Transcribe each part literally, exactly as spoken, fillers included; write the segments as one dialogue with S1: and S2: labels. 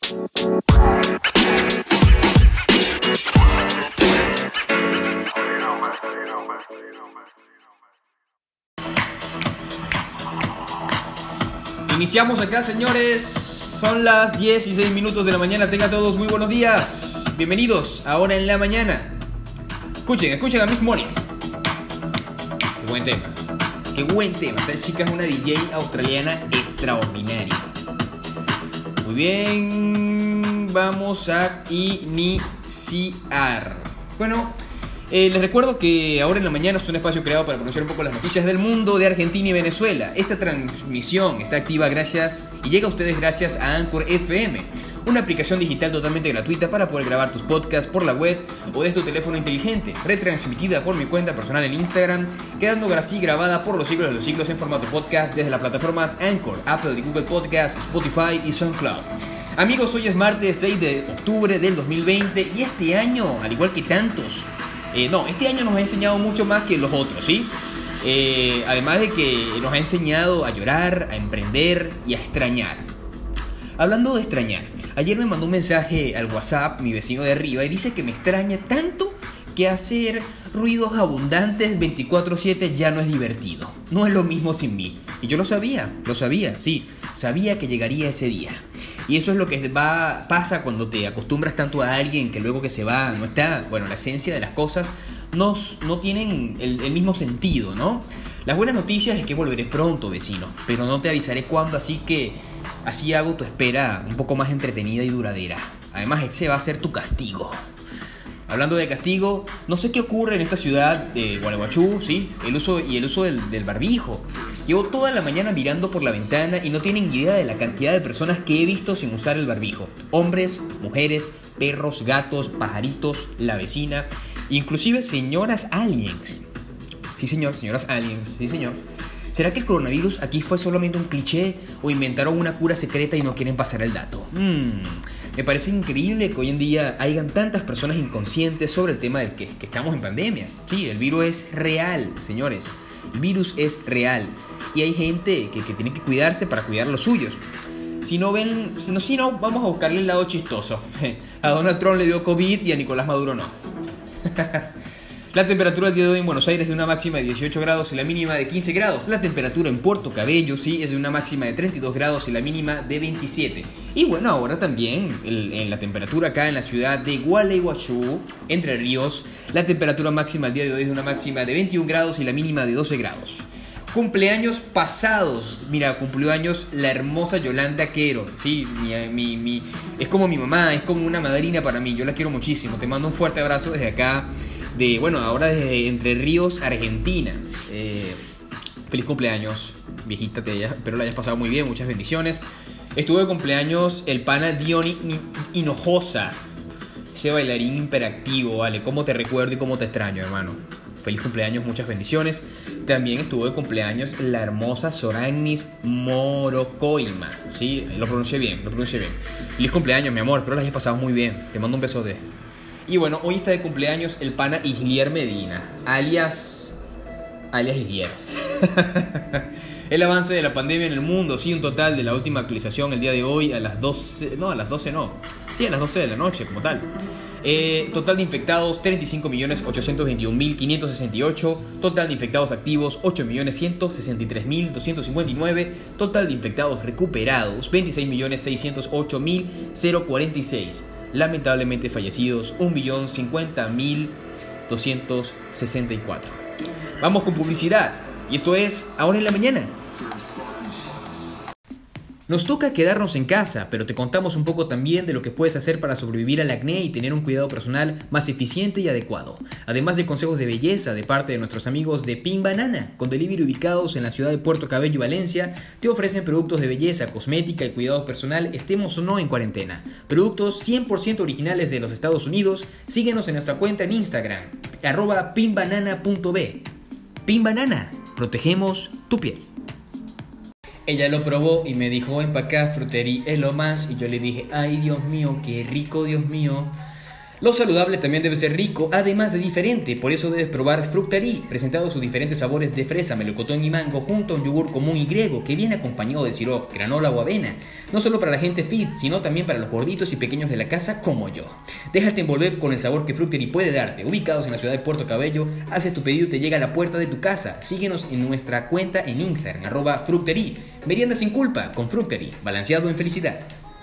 S1: Iniciamos acá, señores. Son las diez y seis minutos de la mañana. Tengan todos muy buenos días. Bienvenidos a Ahora en la Mañana. Escuchen, escuchen a Miss Mónica. Qué buen tema. Qué buen tema. Esta chica es una D J australiana extraordinaria. Muy bien. Vamos a iniciar. Bueno, Eh, les recuerdo que Ahora en la Mañana es un espacio creado para conocer un poco las noticias del mundo, de Argentina y Venezuela. Esta transmisión está activa gracias y llega a ustedes gracias a Anchor F M, una aplicación digital totalmente gratuita para poder grabar tus podcasts por la web o desde tu teléfono inteligente, retransmitida por mi cuenta personal en Instagram, quedando así grabada por los siglos de los siglos en formato podcast desde las plataformas Anchor, Apple y Google Podcasts, Spotify y SoundCloud. Amigos, hoy es martes seis de octubre del dos mil veinte y este año, al igual que tantos, Eh, no, este año nos ha enseñado mucho más que los otros, ¿sí? Eh, además de que nos ha enseñado a llorar, a emprender y a extrañar. Hablando de extrañar, ayer me mandó un mensaje al WhatsApp mi vecino de arriba y dice que me extraña tanto que hacer ruidos abundantes veinticuatro siete ya no es divertido. No es lo mismo sin mí. Y yo lo sabía, lo sabía, sí, sabía que llegaría ese día. Y eso es lo que va, pasa cuando te acostumbras tanto a alguien que luego que se va no está. Bueno, la esencia de las cosas no, no tienen el, el mismo sentido, ¿no? Las buenas noticias es que volveré pronto, vecino, pero no te avisaré cuándo, así que así hago tu espera un poco más entretenida y duradera. Además, ese va a ser tu castigo. Hablando de castigo, no sé qué ocurre en esta ciudad de Gualeguaychú, ¿sí? El uso y el uso del, del barbijo. Llevo toda la mañana mirando por la ventana y no tienen idea de la cantidad de personas que he visto sin usar el barbijo. Hombres, mujeres, perros, gatos, pajaritos, la vecina, inclusive señoras aliens. Sí, señor, señoras aliens, sí, señor. ¿Será que el coronavirus aquí fue solamente un cliché o inventaron una cura secreta y no quieren pasar el dato? Hmm, me parece increíble que hoy en día hayan tantas personas inconscientes sobre el tema del que, que estamos en pandemia. Sí, el virus es real, señores. El virus es real. Y hay gente que, que tiene que cuidarse para cuidar a los suyos. Si no ven, si no, si no, vamos a buscarle el lado chistoso. A Donald Trump le dio COVID y a Nicolás Maduro no. La temperatura del día de hoy en Buenos Aires es de una máxima de dieciocho grados y la mínima de quince grados. La temperatura en Puerto Cabello, sí, es de una máxima de treinta y dos grados y la mínima de veintisiete. Y bueno, ahora también el, en la temperatura acá en la ciudad de Gualeguaychú, Entre Ríos, la temperatura máxima el día de hoy es de una máxima de veintiún grados y la mínima de doce grados. Cumpleaños pasados. Mira, cumplió años la hermosa Yolanda Quero. Sí, mi, mi, mi, es como mi mamá, es como una madrina para mí. Yo la quiero muchísimo. Te mando un fuerte abrazo desde acá. De, bueno, ahora desde Entre Ríos, Argentina. Eh, feliz cumpleaños, viejita, te, espero la hayas pasado muy bien, muchas bendiciones. Estuvo de cumpleaños el pana Diony Hinojosa, ese bailarín hiperactivo, vale, cómo te recuerdo y cómo te extraño, hermano. Feliz cumpleaños, muchas bendiciones. También estuvo de cumpleaños la hermosa Soragnis Morocoima. Sí, lo pronuncié bien, lo pronuncié bien. Feliz cumpleaños, mi amor, espero la hayas pasado muy bien. Te mando un besote. Y bueno, hoy está de cumpleaños el pana Islier Medina, alias... alias Islier. El avance de la pandemia en el mundo, sí, un total de la última actualización el día de hoy a las doce... No, a las doce no. Sí, a las doce de la noche, como tal. Eh, total de infectados, treinta y cinco millones ochocientos veintiún mil quinientos sesenta y ocho. Total de infectados activos, ocho millones ciento sesenta y tres mil doscientos cincuenta y nueve. Total de infectados recuperados, veintiséis millones seiscientos ocho mil cuarenta y seis. Lamentablemente fallecidos, un millón cincuenta mil doscientos sesenta y cuatro. Vamos con publicidad. Y esto es Ahora en la Mañana. Nos toca quedarnos en casa, pero te contamos un poco también de lo que puedes hacer para sobrevivir al acné y tener un cuidado personal más eficiente y adecuado. Además de consejos de belleza de parte de nuestros amigos de Pin Banana, con delivery ubicados en la ciudad de Puerto Cabello y Valencia, te ofrecen productos de belleza, cosmética y cuidado personal, estemos o no en cuarentena. Productos cien por ciento originales de los Estados Unidos. Síguenos en nuestra cuenta en Instagram, arroba pinbanana punto b. Pin Banana, protegemos tu piel. Ella lo probó y me dijo, ven pa' acá, frutería es lo más. Y yo le dije, ay Dios mío, qué rico, Dios mío. Lo saludable también debe ser rico, además de diferente, por eso debes probar Fructari, presentado sus diferentes sabores de fresa, melocotón y mango, junto a un yogur común y griego que viene acompañado de sirope, granola o avena, no solo para la gente fit, sino también para los gorditos y pequeños de la casa como yo. Déjate envolver con el sabor que Fructari puede darte. Ubicados en la ciudad de Puerto Cabello, haces tu pedido y te llega a la puerta de tu casa. Síguenos en nuestra cuenta en Instagram, arroba Fructari. Merienda sin culpa con Fructari, balanceado en felicidad.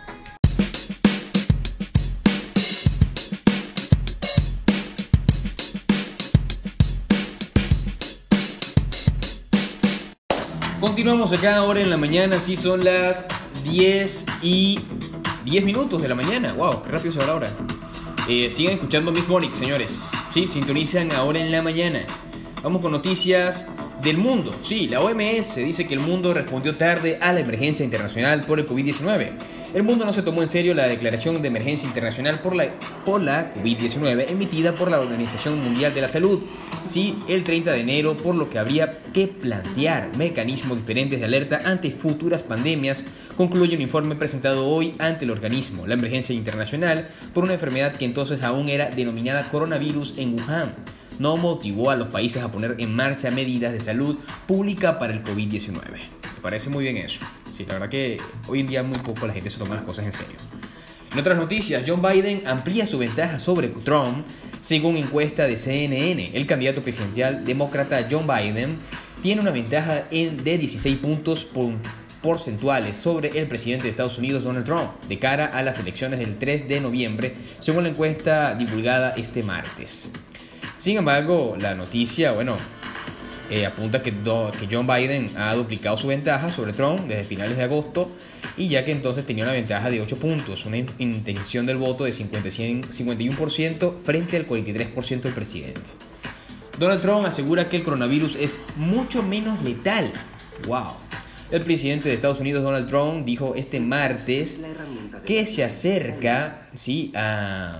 S1: Continuamos acá ahora en la mañana, sí son las diez y diez minutos de la mañana. Wow, qué rápido se va la hora. Eh, sigan escuchando Miss Morning, señores. Sí, sintonizan ahora en la mañana. Vamos con noticias del mundo. Sí, la O M S dice que el mundo respondió tarde a la emergencia internacional por el covid diecinueve. El mundo no se tomó en serio la declaración de emergencia internacional por la, por la covid diecinueve emitida por la Organización Mundial de la Salud, sí, el treinta de enero, por lo que habría que plantear mecanismos diferentes de alerta ante futuras pandemias, concluye un informe presentado hoy ante el organismo. La emergencia internacional por una enfermedad que entonces aún era denominada coronavirus en Wuhan no motivó a los países a poner en marcha medidas de salud pública para el covid diecinueve. Me parece muy bien eso. Sí, la verdad que hoy en día muy poco la gente se toma las cosas en serio. En otras noticias, Joe Biden amplía su ventaja sobre Trump según encuesta de C N N. El candidato presidencial demócrata Joe Biden tiene una ventaja en de dieciséis puntos porcentuales sobre el presidente de Estados Unidos, Donald Trump, de cara a las elecciones del tres de noviembre, según la encuesta divulgada este martes. Sin embargo, la noticia, bueno, eh, apunta que, do, que Joe Biden ha duplicado su ventaja sobre Trump desde finales de agosto, y ya que entonces tenía una ventaja de ocho puntos, una intención del voto de cincuenta y uno por ciento frente al cuarenta y tres por ciento del presidente. Donald Trump asegura que el coronavirus es mucho menos letal. ¡Wow! El presidente de Estados Unidos, Donald Trump, dijo este martes que se acerca, sí, a...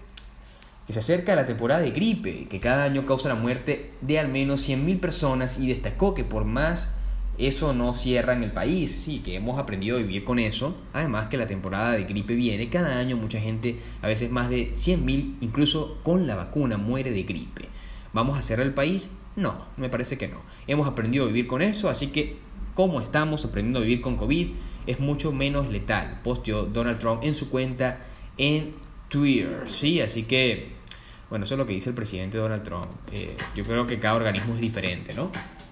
S1: que se acerca a la temporada de gripe, que cada año causa la muerte de al menos cien mil personas, y destacó que por más eso no cierra en el país, sí, que hemos aprendido a vivir con eso. Además que la temporada de gripe viene cada año, mucha gente, a veces más de cien mil, incluso con la vacuna, muere de gripe. ¿Vamos a cerrar el país? No, me parece que no. Hemos aprendido a vivir con eso, así que como estamos aprendiendo a vivir con COVID, es mucho menos letal, posteó Donald Trump en su cuenta en Twitter, sí, así que bueno, eso es lo que dice el presidente Donald Trump. Eh, yo creo que cada organismo es diferente, ¿no?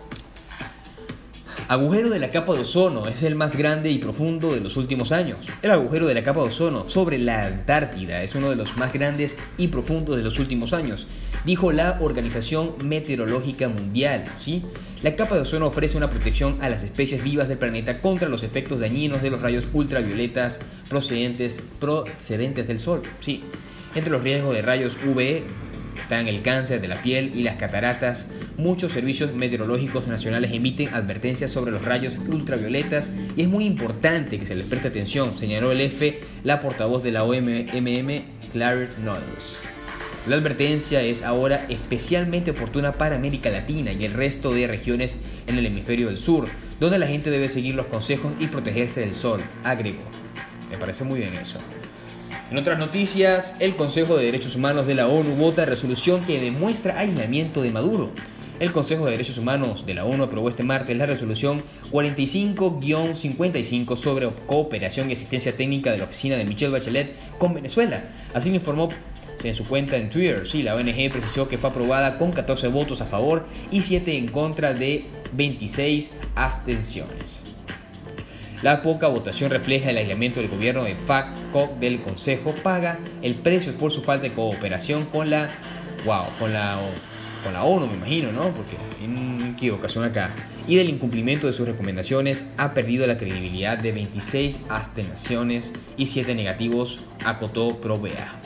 S1: Agujero de la capa de ozono es el más grande y profundo de los últimos años. El agujero de la capa de ozono sobre la Antártida es uno de los más grandes y profundos de los últimos años, dijo la Organización Meteorológica Mundial, ¿sí? La capa de ozono ofrece una protección a las especies vivas del planeta contra los efectos dañinos de los rayos ultravioletas procedentes, procedentes del Sol, ¿sí? Entre los riesgos de rayos U V E están el cáncer de la piel y las cataratas. Muchos servicios meteorológicos nacionales emiten advertencias sobre los rayos ultravioletas y es muy importante que se les preste atención, señaló el F, la portavoz de la O M M, Claire Knowles. La advertencia es ahora especialmente oportuna para América Latina y el resto de regiones en el hemisferio del sur, donde la gente debe seguir los consejos y protegerse del sol, agregó. Me parece muy bien eso. En otras noticias, el Consejo de Derechos Humanos de la ONU vota resolución que demuestra aislamiento de Maduro. El Consejo de Derechos Humanos de la ONU aprobó este martes la resolución cuarenta y cinco guión cincuenta y cinco sobre cooperación y asistencia técnica de la oficina de Michelle Bachelet con Venezuela. Así lo informó en su cuenta en Twitter. Sí, la O N G precisó que fue aprobada con catorce votos a favor y siete en contra de veintiséis abstenciones. La poca votación refleja el aislamiento del gobierno de facto del Consejo, paga el precio por su falta de cooperación con la, wow, con la, con la ONU, me imagino, ¿no? Porque hay una equivocación acá. Y del incumplimiento de sus recomendaciones, ha perdido la credibilidad de veintiséis abstenciones y siete negativos, acotó Provea.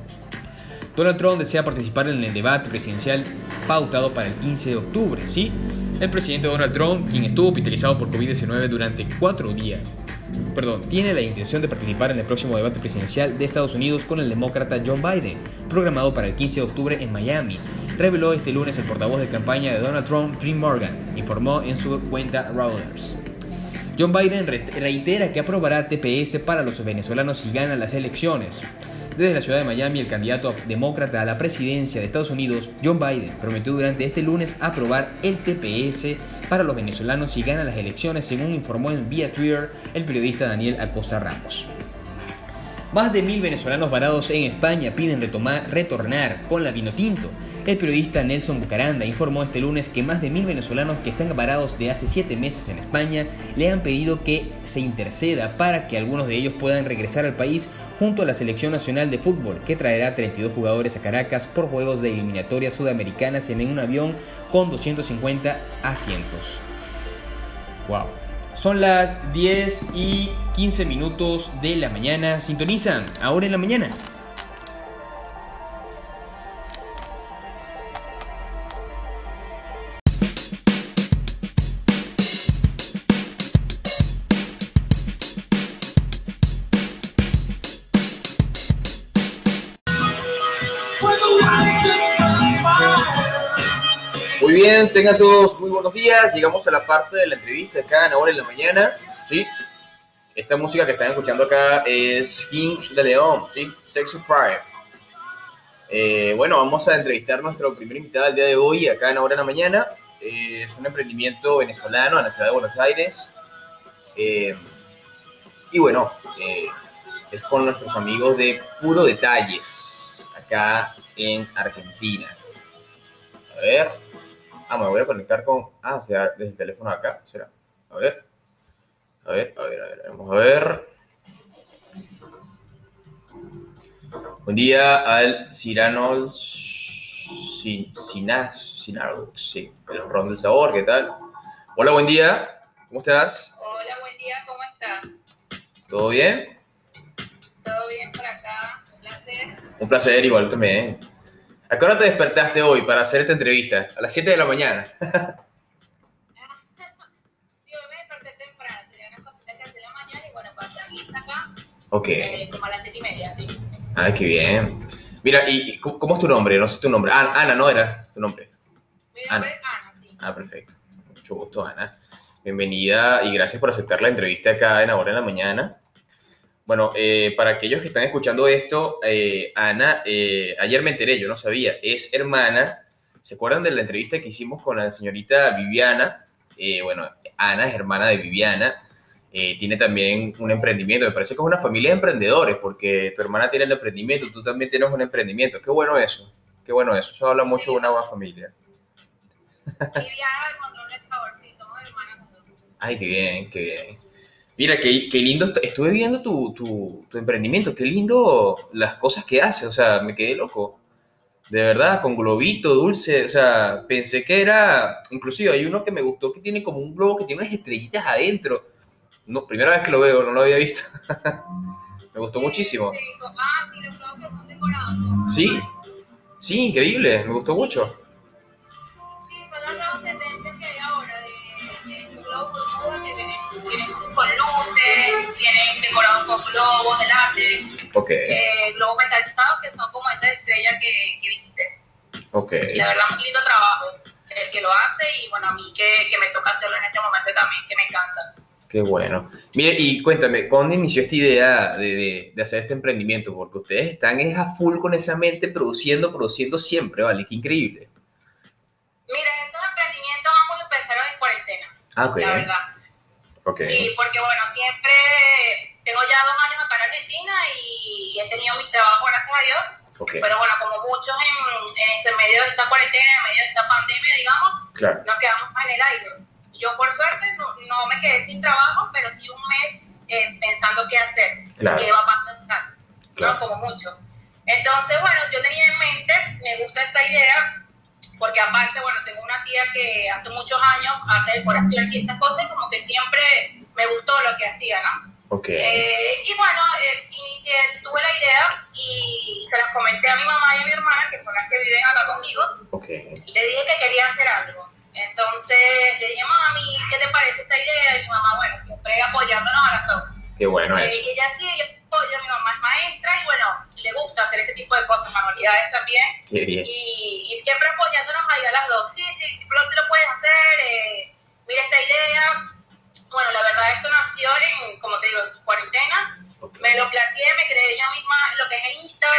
S1: Donald Trump desea participar en el debate presidencial pautado para el quince de octubre, ¿sí? El presidente Donald Trump, quien estuvo hospitalizado por covid diecinueve durante cuatro días, perdón, tiene la intención de participar en el próximo debate presidencial de Estados Unidos con el demócrata Joe Biden, programado para el quince de octubre en Miami, reveló este lunes el portavoz de campaña de Donald Trump, Tim Morgan, informó en su cuenta Reuters. Joe Biden reitera que aprobará T P S para los venezolanos si ganan las elecciones. Desde la ciudad de Miami, el candidato demócrata a la presidencia de Estados Unidos, John Biden, prometió durante este lunes aprobar el T P S para los venezolanos si ganan las elecciones, según informó en vía Twitter el periodista Daniel Acosta Ramos. Más de mil venezolanos varados en España piden retomar, retornar con la Vinotinto. El periodista Nelson Bucaranda informó este lunes que más de mil venezolanos que están varados de hace siete meses en España le han pedido que se interceda para que algunos de ellos puedan regresar al país junto a la Selección Nacional de Fútbol, que traerá treinta y dos jugadores a Caracas por juegos de eliminatorias sudamericanas en un avión con doscientos cincuenta asientos. Wow. Son las diez y quince minutos de la mañana. Sintonizan Ahora en la Mañana. Muy bien, tengan todos muy buenos días. Llegamos a la parte de la entrevista acá en Ahora en la Mañana, ¿sí? Esta música que están escuchando acá es Kings de León, ¿sí? Sex on Fire. Eh, bueno, vamos a entrevistar a nuestro primer invitado del día de hoy acá en Ahora en la Mañana. Eh, es un emprendimiento venezolano en la ciudad de Buenos Aires. Eh, y bueno, eh, es con nuestros amigos de Puro Detalles, acá en Argentina. A ver... Ah, me voy a conectar con... Ah, o sea, desde el teléfono acá, será. A ver. A ver, a ver, a ver. Vamos a ver. Buen día al Cyrano Sinarux, sí, el ron del sabor, ¿qué tal? Hola, buen día. ¿Cómo estás?
S2: Hola, buen día, ¿cómo estás?
S1: ¿Todo bien?
S2: Todo bien por acá, un placer.
S1: Un placer, igual también. ¿A qué hora te despertaste hoy para hacer esta entrevista? A las siete de la mañana.
S2: Sí, hoy me desperté temprano, tenía unas cositas que hacer en la mañana y bueno, para estar lista acá,
S1: Ok.
S2: eh, como a las siete y media, sí.
S1: Ay, qué bien. Mira, ¿y cómo es tu nombre? No sé tu nombre. Ah, Ana, ¿no era tu nombre?
S2: Mi nombre es Ana, sí.
S1: Ah, perfecto. Mucho gusto, Ana. Bienvenida y gracias por aceptar la entrevista acá en Ahora en la Mañana. Bueno, eh, para aquellos que están escuchando esto, eh, Ana, eh, ayer me enteré, yo no sabía, es hermana. ¿Se acuerdan de la entrevista que hicimos con la señorita Viviana? Eh, bueno, Ana es hermana de Viviana. Eh, tiene también un emprendimiento. Me parece que es una familia de emprendedores, porque tu hermana tiene el emprendimiento, tú también tienes un emprendimiento. Qué bueno eso, qué bueno eso. Eso habla mucho de una buena familia.
S2: Viviana del Control del Favor, sí, somos hermanas las dos.
S1: Ay, qué bien, qué bien. Mira, qué, qué lindo, est- estuve viendo tu, tu, tu emprendimiento, qué lindo las cosas que haces, o sea, me quedé loco. De verdad, con globito, dulce, o sea, pensé que era, inclusive hay uno que me gustó que tiene como un globo que tiene unas estrellitas adentro. No, primera vez que lo veo, no lo había visto. Me gustó muchísimo.
S2: Sí, co- ah, sí, los globos que son decorados, ¿no?
S1: Sí, sí, increíble, me gustó mucho.
S2: Sí, son las nuevas tendencias que hay ahora de, de estos globos burbujas que vienen, vienen con luces, vienen decorados con globos de látex.
S1: Ok,
S2: Eh, globos metalizados que son como esa estrella que, que viste.
S1: ok.
S2: Y la verdad, muy lindo trabajo el que lo hace y bueno, a mí que, que me toca hacerlo en este momento también, que me encanta.
S1: Qué bueno. Mire, y cuéntame, ¿cuándo inició esta idea de, de, de hacer este emprendimiento? Porque ustedes están es a full con esa mente produciendo, produciendo siempre, ¿vale? Qué increíble.
S2: Mira, estos emprendimientos ambos empezaron en cuarentena,
S1: Ah, ok.
S2: la verdad.
S1: Ok.
S2: Sí, porque bueno, siempre tengo ya dos años acá en Argentina y he tenido mi trabajo, gracias a Dios.
S1: Ok.
S2: Pero bueno, como muchos en, en este medio de esta cuarentena, en medio de esta pandemia, digamos,
S1: Claro.
S2: nos quedamos en el aire. Yo por suerte no, no me quedé sin trabajo, pero sí un mes eh, pensando qué hacer,
S1: Claro.
S2: qué iba a pasar,
S1: Claro.
S2: ¿no? Como mucho. Entonces, bueno, yo tenía en mente, me gusta esta idea, porque aparte, bueno, tengo una tía que hace muchos años hace decoración y estas cosas, como que siempre me gustó lo que hacía, ¿no?
S1: Ok.
S2: Eh, y bueno, eh, inicié, tuve la idea y se las comenté a mi mamá y a mi hermana, que son las que viven acá conmigo,
S1: Ok.
S2: y le dije que quería hacer algo. Entonces le dije, mami, ¿qué te parece esta idea? Y mi mamá, bueno, siempre apoyándonos a las dos.
S1: Qué bueno
S2: Eh,
S1: eso.
S2: y ella sí, ella apoya, mi mamá es maestra y bueno, le gusta hacer este tipo de cosas, manualidades también.
S1: Qué bien.
S2: Y, y siempre apoyándonos ahí a las dos. Sí, sí, sí, pero sí lo puedes hacer. Eh, mira esta idea. Bueno, la verdad, esto nació en, como te digo, en cuarentena.
S1: Ok.
S2: Me lo planteé, me creé yo misma lo que es el Insta,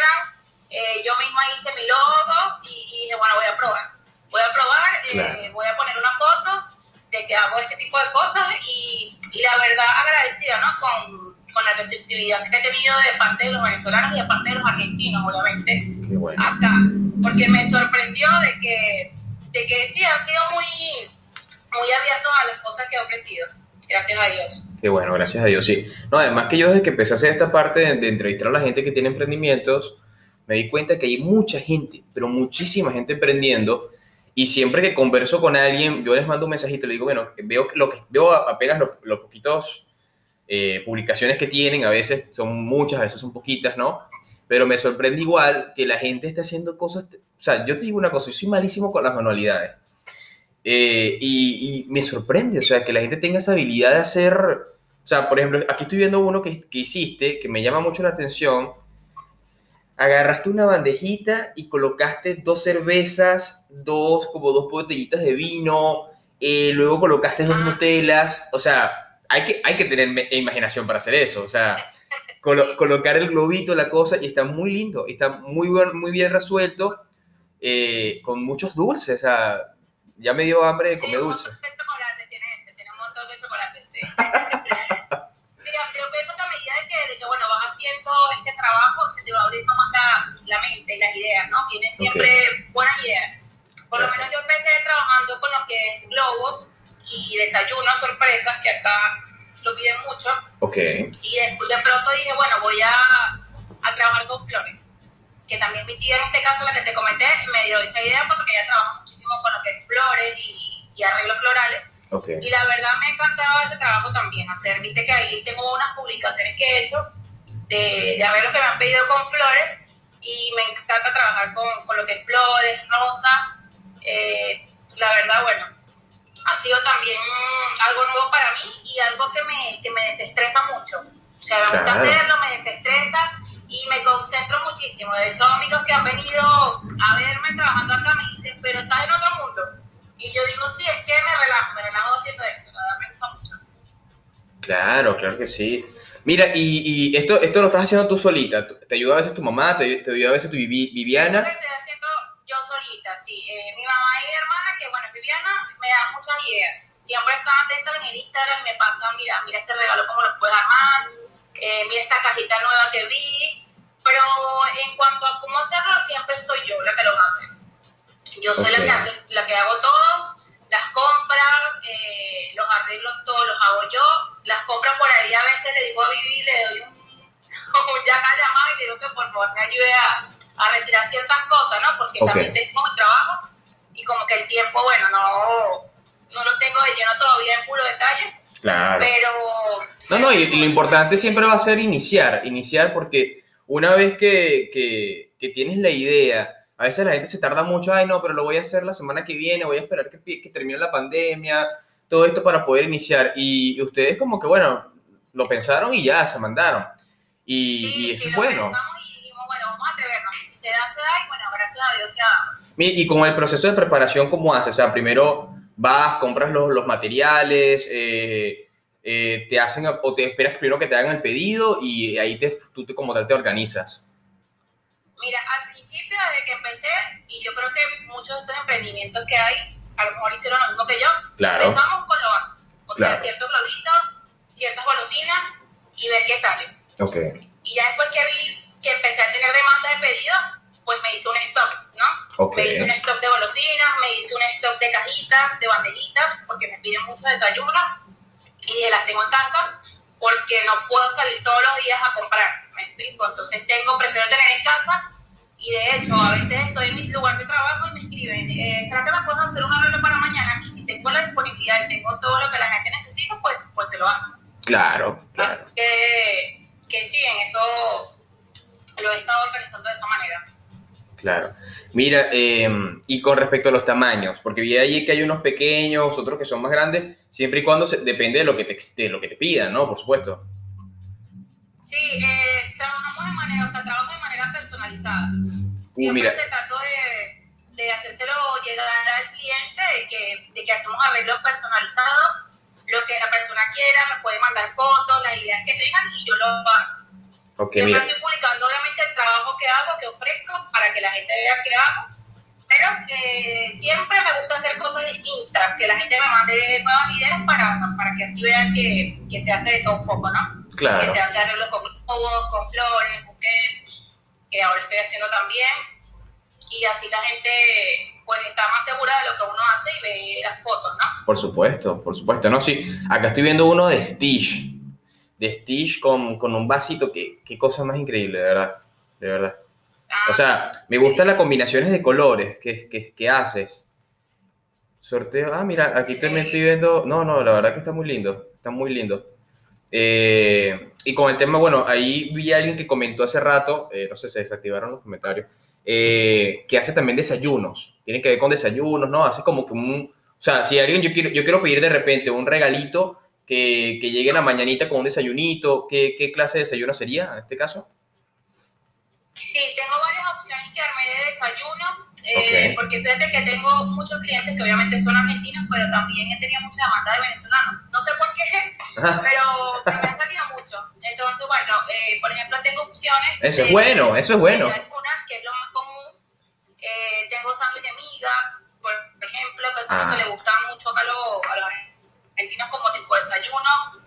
S2: eh, yo misma hice mi logo y, y dije, bueno, voy a probar. Voy a probar, eh, claro. Voy a poner una foto de que hago este tipo de cosas y, y la verdad agradecida, ¿no? Con, con la receptividad que he tenido de parte de los venezolanos y de parte de los argentinos, obviamente,
S1: qué bueno.
S2: Acá. Porque me sorprendió de que, de que sí, han sido muy, muy abiertos a las cosas que he ofrecido. Gracias a Dios.
S1: Qué bueno, gracias a Dios, sí. No, además que yo desde que empecé a hacer esta parte de, de entrevistar a la gente que tiene emprendimientos, me di cuenta que hay mucha gente, pero muchísima gente emprendiendo, y siempre que converso con alguien, yo les mando un mensajito, le digo, bueno, veo, lo que, veo apenas los, los poquitos eh, publicaciones que tienen, a veces son muchas, a veces son poquitas, ¿no? Pero me sorprende igual que la gente esté haciendo cosas, o sea, yo te digo una cosa, yo soy malísimo con las manualidades, eh, y, y me sorprende, o sea, que la gente tenga esa habilidad de hacer, o sea, por ejemplo, aquí estoy viendo uno que, que hiciste, que me llama mucho la atención. Agarraste una bandejita y colocaste dos cervezas, dos, como dos botellitas de vino, eh, luego colocaste dos Nutellas, o sea, hay que, hay que tener imaginación para hacer eso, o sea, colo colocar el globito, la cosa, y está muy lindo, está muy, buen, muy bien resuelto, eh, con muchos dulces, o sea, ya me dio hambre de comer
S2: sí,
S1: dulce.
S2: Un montón de chocolate tiene ese, tiene un montón de chocolate, sí. Yo pienso que a medida de que, de que bueno, vas haciendo este trabajo, se te va abriendo más la, la mente y las ideas, ¿no? Vienen siempre okay. buenas ideas. Por lo menos yo empecé trabajando con lo que es globos y desayunos, sorpresas, que acá lo piden mucho.
S1: Okay.
S2: Y de, de pronto dije, bueno, voy a, a trabajar con flores. Que también mi tía, en este caso, la que te comenté, me dio esa idea porque ella trabaja muchísimo con lo que es flores y, y arreglos florales.
S1: Okay.
S2: Y la verdad me ha encantado ese trabajo también, hacer, viste que ahí tengo unas publicaciones que he hecho de, de arreglos que me han pedido con flores y me encanta trabajar con, con lo que es flores, rosas, eh, la verdad, bueno, ha sido también algo nuevo para mí y algo que me, que me desestresa mucho, o sea, me claro. gusta hacerlo, me desestresa y me concentro muchísimo. De hecho, amigos que han venido a verme trabajando acá me dicen, pero estás en otro mundo. Y yo digo, sí, es que me relajo, me relajo haciendo esto, la verdad me gusta mucho.
S1: Claro, claro que sí. Mira, y, y esto, esto lo estás haciendo tú solita, ¿te ayuda a veces tu mamá, te, te ayuda a veces tu Viviana?
S2: Esto lo estoy haciendo yo solita, sí. Eh, mi mamá y mi hermana, que bueno, Viviana me da muchas ideas. Siempre están atentas en el Instagram y me pasan, mira, mira este regalo, cómo lo puedes armar, eh, mira esta cajita nueva que vi. Pero en cuanto a cómo hacerlo, siempre soy yo la que lo hace. Yo soy okay. la, que hace, la que hago todo, las compras, eh, los arreglos, todos los hago yo. Las compras por ahí a veces le digo a Vivi, le doy un, un ya llamado y le digo que por favor me ayude a, a retirar ciertas cosas, ¿no? Porque okay. también tengo mi trabajo y como que el tiempo, bueno, no, no lo tengo de lleno todavía en puro detalles.
S1: Claro.
S2: Pero...
S1: No, no, y lo importante siempre va a ser iniciar, iniciar porque una vez que, que, que tienes la idea... A veces la gente se tarda mucho, ay no, pero lo voy a hacer la semana que viene, voy a esperar que, que termine la pandemia, todo esto para poder iniciar. Y, y ustedes como que, bueno, lo pensaron y ya, se mandaron. Y,
S2: sí,
S1: y eso
S2: sí,
S1: es
S2: lo
S1: bueno.
S2: pensamos y dijimos, bueno, vamos a atrevernos. Si se da, se da y bueno, gracias a Dios se ha dado.
S1: Y con el proceso de preparación, ¿cómo haces? O sea, primero vas, compras los, los materiales, eh, eh, te hacen o te esperas primero que te hagan el pedido y ahí te, tú te, como tal te organizas.
S2: Mira, al principio, desde que empecé, y yo creo que muchos de estos emprendimientos que hay, a lo mejor hicieron lo mismo que yo,
S1: claro.
S2: empezamos con lo básico. O sea,
S1: claro.
S2: ciertos globitos, ciertas golosinas y ver qué sale.
S1: Okay.
S2: Y ya después que vi que empecé a tener demanda de pedidos, pues me hice un stock, ¿no?
S1: Okay.
S2: Me hice un stock de golosinas, me hice un stock de cajitas, de bandejitas, porque me piden muchos desayunos y dije, las tengo en casa porque no puedo salir todos los días a comprar, ¿me explico? Entonces tengo, prefiero tener en casa y de hecho a veces estoy en mi lugar de trabajo y me escriben, eh, ¿será que me puedes hacer un arreglo para mañana? Y si tengo la disponibilidad y tengo todo lo que la gente necesita, pues, pues se lo hago.
S1: Claro, claro.
S2: Así que, que sí, en eso lo he estado organizando de esa manera.
S1: Claro. Mira, eh, y con respecto a los tamaños, porque vi ahí que hay unos pequeños, otros que son más grandes, siempre y cuando se, depende de lo que te, de lo que te pidan, ¿no? Por supuesto.
S2: Sí, eh, trabajamos de manera, o sea, trabajo de manera personalizada. Siempre
S1: uh, mira.
S2: se trató de, de hacérselo llegar al cliente, de que, de que hacemos arreglos personalizados, lo que la persona quiera, me puede mandar fotos, las ideas que tengan y yo lo hago.
S1: Okay,
S2: Siempre
S1: mira.
S2: estoy publicando obviamente el trabajo que hago, que ofrezco, para que la gente vea que hago. Pero eh, siempre me gusta hacer cosas distintas, que la gente me mande nuevas ideas para, para que así vean que, que se hace de todo un poco, ¿no?
S1: Claro.
S2: Que se hace arreglos con globos, con flores, buquets, que ahora estoy haciendo también. Y así la gente pues está más segura de lo que uno hace y ve las fotos, ¿no?
S1: Por supuesto, por supuesto. No, sí. Acá estoy viendo uno de Stitch. De Stitch con, con un vasito. Qué, qué cosa más increíble, de verdad. De verdad. O sea, me gustan las combinaciones de colores que, que, que haces. Sorteo. Ah, mira, aquí también estoy viendo. No, no, la verdad que está muy lindo. Está muy lindo. Eh, y con el tema, bueno, ahí vi a alguien que comentó hace rato, eh, no sé, se desactivaron los comentarios, eh, que hace también desayunos. Tiene que ver con desayunos, ¿no? Hace como que un. O sea, si alguien, yo quiero, yo quiero pedir de repente un regalito que, que llegue en la mañanita con un desayunito, ¿qué, qué clase de desayuno sería en este caso?
S2: Sí, tengo varias opciones que armé de desayuno, eh,
S1: Okay.
S2: porque fíjate que tengo muchos clientes que obviamente son argentinos, pero también he tenido mucha demanda de venezolanos. No sé por qué, pero, pero me han salido mucho. Entonces, bueno, eh, por ejemplo, tengo opciones.
S1: Eso
S2: de,
S1: es bueno, eso es bueno.
S2: de algunas, que es lo más común. Eh, tengo sándwich de miga, por ejemplo, que son
S1: Ah.
S2: los que le gustan mucho acá a los, a los argentinos como tipo desayuno.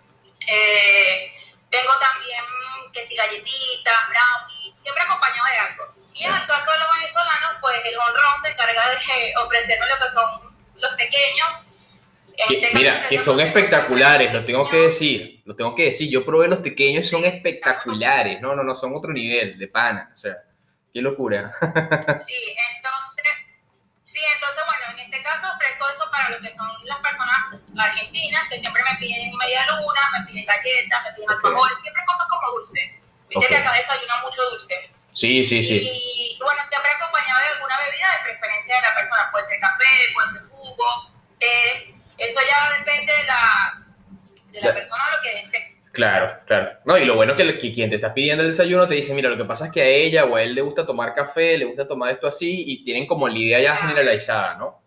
S2: Eh, tengo también que si galletitas, brownies, siempre acompañado de algo. Y en el caso de los venezolanos, pues el honrón se encarga de ofrecernos lo que son los pequeños.
S1: Que, mira, que son espectaculares, lo tengo que decir, lo tengo que decir. Yo probé los pequeños, son espectaculares. No, no, no, son otro nivel de pana. O sea, qué locura.
S2: Sí, entonces, sí, entonces, bueno, en este caso ofrezco eso para lo que son las personas argentinas, que siempre me piden media luna, me piden galletas, me piden alfajores, siempre cosas como dulces. Viste
S1: Okay.
S2: que acá desayuna mucho dulce.
S1: Sí, sí, sí.
S2: Y bueno, siempre acompañado de alguna bebida de preferencia de la persona. Puede ser café, puede ser jugo, té. Eso ya depende de la, de la persona lo que desee.
S1: Claro, claro. No, y lo bueno que, que quien te está pidiendo el desayuno te dice, mira, lo que pasa es que a ella o a él le gusta tomar café, le gusta tomar esto así, y tienen como la idea ya generalizada, ¿no?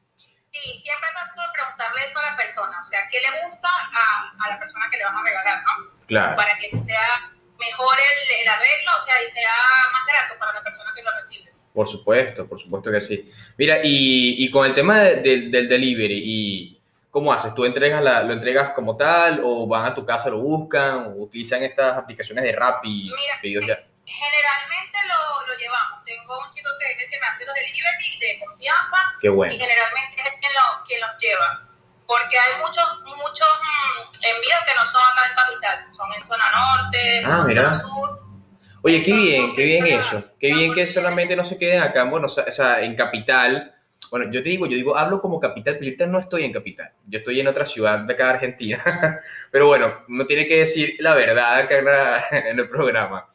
S2: Sí, siempre trato de preguntarle eso a la persona. O sea, ¿qué le gusta a, a la persona que le vas a regalar, no?
S1: Claro.
S2: Para que sea mejor el, el arreglo, o sea, y sea más grato para la persona que lo recibe.
S1: Por supuesto, por supuesto que sí. Mira, y, y con el tema de, de, del delivery, y ¿cómo haces? ¿Tú entregas la, lo entregas como tal o van a tu casa, lo buscan o utilizan estas aplicaciones de Rappi?
S2: Mira,
S1: Pedidos ya?
S2: Generalmente lo, lo llevamos. Tengo un chico que es el que me hace los delivery de confianza.
S1: Qué bueno.
S2: Y generalmente es quien, lo, quien los lleva. Porque hay muchos muchos mmm, envíos que no son acá en capital. Son en zona norte,
S1: Ah,
S2: son en
S1: mira.
S2: zona sur.
S1: Oye, qué
S2: Entonces,
S1: bien, qué bien
S2: la-
S1: eso. Qué bien que solamente no se queden acá en Buenos Aires, o sea, en capital. Bueno, yo te digo, yo digo, hablo como capital, pero yo ahorita no estoy en capital. Yo estoy en otra ciudad de acá de Argentina. Pero bueno, uno tiene que decir la verdad acá en, la- en el programa.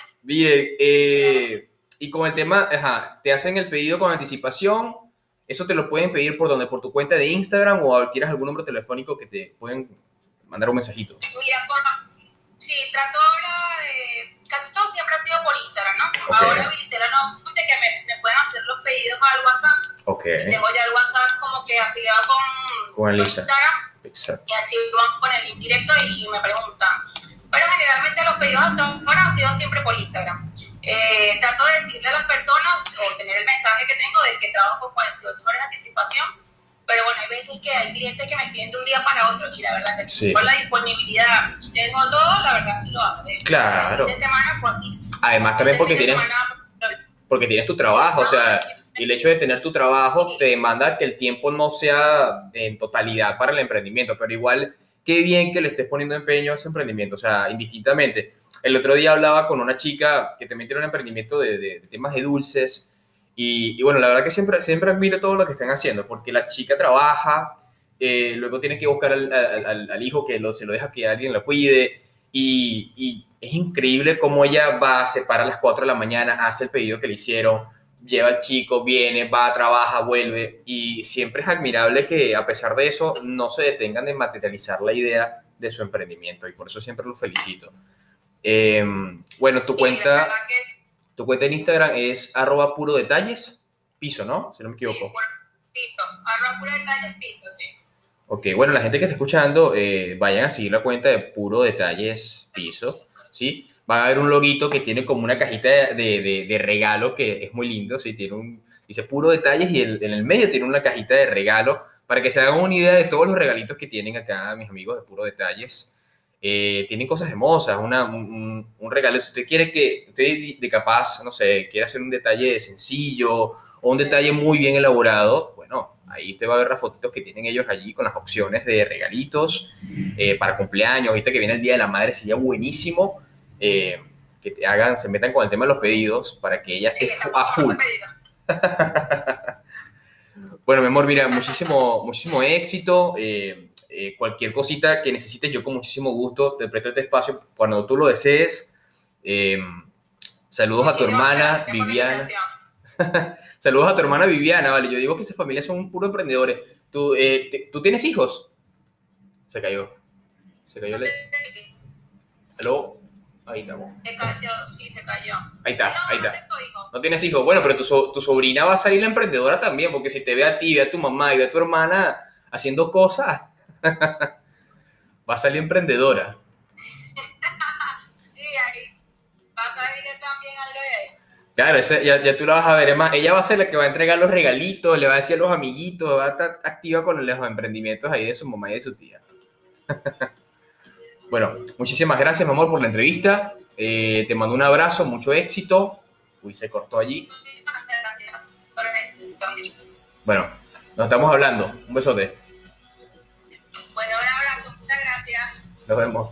S1: Mire, eh, y con el tema, ajá, te hacen el pedido con anticipación. Eso te lo pueden pedir por donde, por tu cuenta de Instagram o tienes algún número telefónico que te pueden mandar un mensajito.
S2: Mira, forma, sí, trato ahora de... Casi todo siempre ha sido por Instagram, ¿no?
S1: Ok.
S2: Ahora habilité la opción de que me, me pueden hacer los pedidos al WhatsApp.
S1: Ok,
S2: Y tengo ya el WhatsApp como que afiliado con,
S1: Con Elisa.
S2: Instagram.
S1: exacto.
S2: Y así van con el indirecto y, y me preguntan. Pero generalmente los pedidos hasta ahora han sido siempre por Instagram. Eh, trato de decirle a las personas o tener el mensaje que tengo de que trabajo con cuarenta y ocho horas de anticipación. Pero bueno, hay veces que hay clientes que me piden de un día para otro y la verdad que si
S1: Sí.
S2: por la disponibilidad y tengo todo, la verdad sí lo hago. De,
S1: Claro.
S2: De semana fue así.
S1: Además también porque
S2: Este fin de
S1: tienes,
S2: semana,
S1: porque tienes tu trabajo, o sea, y el hecho de tener tu trabajo te demanda que el tiempo no sea en totalidad para el emprendimiento, pero igual, qué bien que le estés poniendo empeño a ese emprendimiento, o sea, indistintamente. El otro día hablaba con una chica que también tiene un emprendimiento de, de, de temas de dulces y, y bueno, la verdad que siempre, siempre admiro todo lo que están haciendo, porque la chica trabaja, eh, luego tiene que buscar al, al, al, al hijo que lo, se lo deja que alguien lo cuide y, y es increíble cómo ella va, se para a las cuatro de la mañana, hace el pedido que le hicieron, lleva al chico, viene, va, trabaja, vuelve y siempre es admirable que a pesar de eso no se detengan de materializar la idea de su emprendimiento y por eso siempre los felicito. Eh, bueno, tu
S2: sí,
S1: cuenta,
S2: la verdad que es,
S1: tu cuenta en Instagram es arroba puro detalles, piso, ¿no? Si no me equivoco.
S2: sí, puro, piso, arroba puro detalles piso, sí.
S1: Ok, bueno, la gente que está escuchando, eh, vayan a seguir la cuenta de puro detalles piso, ¿sí? va a haber un loguito que tiene como una cajita de, de, de regalo que es muy lindo, ¿sí? Tiene un, dice puro detalles y el, en el medio tiene una cajita de regalo para que se hagan una idea de todos los regalitos que tienen acá mis amigos de puro detalles. Eh, tienen cosas hermosas, una, un, un regalo. Si usted quiere que, usted de capaz, no sé, quiere hacer un detalle sencillo o un detalle muy bien elaborado, bueno, ahí usted va a ver las fotitos que tienen ellos allí con las opciones de regalitos eh, para cumpleaños. Ahorita que viene el Día de la Madre sería buenísimo eh, que te hagan, se metan con el tema de los pedidos para que ella esté a full. Bueno, mi amor, mira, muchísimo, muchísimo éxito. Eh, Eh, cualquier cosita que necesites, yo con muchísimo gusto te presto este espacio cuando tú lo desees. Eh, saludos Muchísimas a tu hermana Viviana. Saludos a tu hermana Viviana, vale. Yo digo que esa familia son puros emprendedores. ¿Tú, eh, te, ¿tú tienes hijos? Se cayó. Se cayó. Le... ¿Aló? Ahí estamos.
S2: Se cayó, sí, se cayó.
S1: Ahí está,
S2: no,
S1: ahí
S2: no
S1: está.
S2: Tengo hijos.
S1: No tienes hijos. Bueno, pero tu, so, tu sobrina va a salir la emprendedora también, porque si te ve a ti, ve a tu mamá y ve a tu hermana haciendo cosas, va a salir emprendedora.
S2: Sí, ahí va a salir también algo de...
S1: Claro, ese, ya, ya tú la vas a ver. Además, ella va a ser la que va a entregar los regalitos, le va a decir a los amiguitos, va a estar activa con los emprendimientos ahí de su mamá y de su tía. Bueno, muchísimas gracias, mi amor, por la entrevista. Eh, te mando un abrazo, mucho éxito. Uy, se cortó allí. Bueno, nos estamos hablando. Un besote.
S2: Bueno, un abrazo, muchas gracias.
S1: Nos vemos.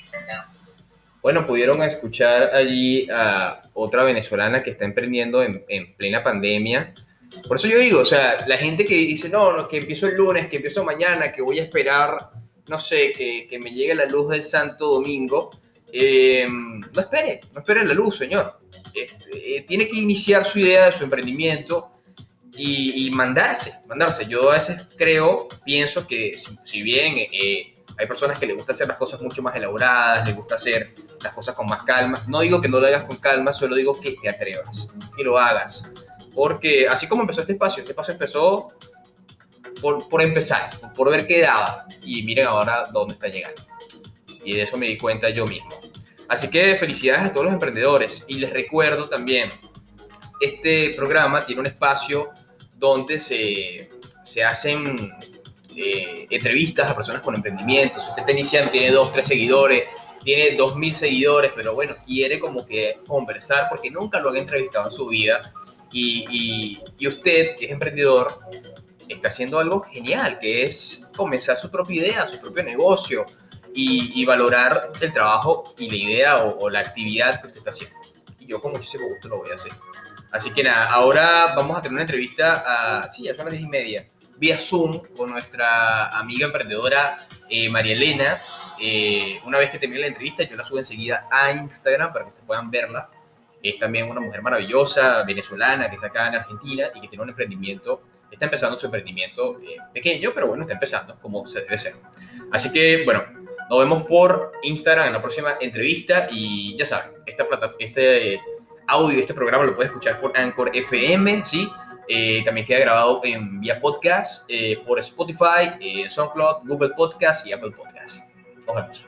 S1: Bueno, pudieron escuchar allí a otra venezolana que está emprendiendo en, en plena pandemia. Por eso yo digo, o sea, la gente que dice, no, no, que empiezo el lunes, que empiezo mañana, que voy a esperar, no sé, que, que me llegue la luz del Santo Domingo, eh, no espere, no espere la luz, señor. Eh, eh, tiene que iniciar su idea de su emprendimiento y, y mandarse, mandarse. Yo a veces creo, pienso que si, si bien... Eh, hay personas que les gusta hacer las cosas mucho más elaboradas, les gusta hacer las cosas con más calma. No digo que no lo hagas con calma, solo digo que te atrevas, que lo hagas. Porque así como empezó este espacio, este espacio empezó por, por empezar, por ver qué daba. Y miren ahora dónde está llegando. Y de eso me di cuenta yo mismo. Así que felicidades a todos los emprendedores. Y les recuerdo también, este programa tiene un espacio donde se, se hacen... Eh, entrevistas a personas con emprendimientos. Si usted está iniciando, tiene dos, tres seguidores, tiene dos mil seguidores, pero bueno, quiere como que conversar porque nunca lo han entrevistado en su vida y, y, y usted, que es emprendedor, está haciendo algo genial, que es comenzar su propia idea, su propio negocio y, y valorar el trabajo y la idea o, o la actividad que usted está haciendo. Y yo con muchísimo gusto lo voy a hacer. Así que nada, ahora vamos a tener una entrevista a, sí, ya son las diez y media, vía Zoom con nuestra amiga emprendedora eh, María Elena. Eh, una vez que termine la entrevista, yo la subo enseguida a Instagram para que ustedes puedan verla. Es también una mujer maravillosa, venezolana, que está acá en Argentina y que tiene un emprendimiento, está empezando su emprendimiento eh, pequeño, pero bueno, está empezando como se debe ser. Así que, bueno, nos vemos por Instagram en la próxima entrevista y ya saben, esta plataforma, este audio, este programa lo puedes escuchar por Anchor F M, ¿sí? Eh, también queda grabado en vía podcast eh, por Spotify, eh, SoundCloud, Google Podcast y Apple Podcast. Nos vemos.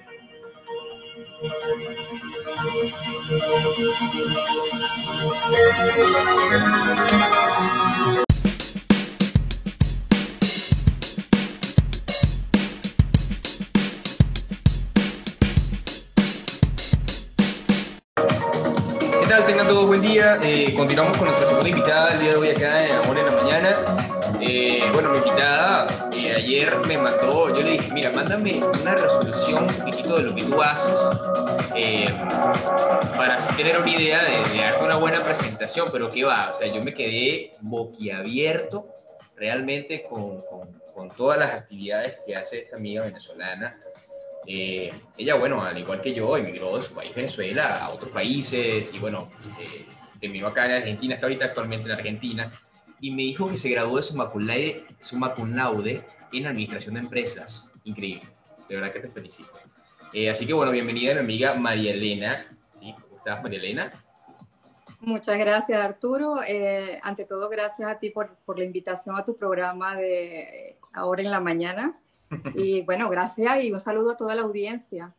S1: ¿Qué tal? Tengan todos buen día. Eh, continuamos con nuestra segunda invitada el día de hoy acá en Amor en la Mañana. Eh, bueno, mi invitada eh, ayer me mandó, yo le dije, mira, mándame una resolución un poquitito de lo que tú haces eh, para así tener una idea de, de darte una buena presentación, pero ¿qué va? O sea, yo me quedé boquiabierto realmente con, con, con todas las actividades que hace esta amiga venezolana. Eh, ella, bueno, al igual que yo, emigró de su país, Venezuela, a otros países y bueno, eh, terminó acá en Argentina, está ahorita actualmente en Argentina y me dijo que se graduó de summa cum laude, summa cum laude en Administración de Empresas. Increíble, de verdad que te felicito. Eh, así que bueno, bienvenida mi amiga María Elena. ¿Sí? ¿Cómo estás, María Elena?
S3: Muchas gracias, Arturo. Eh, ante todo, gracias a ti por, por la invitación a tu programa de Ahora en la Mañana. Y bueno, gracias y un saludo a toda la audiencia.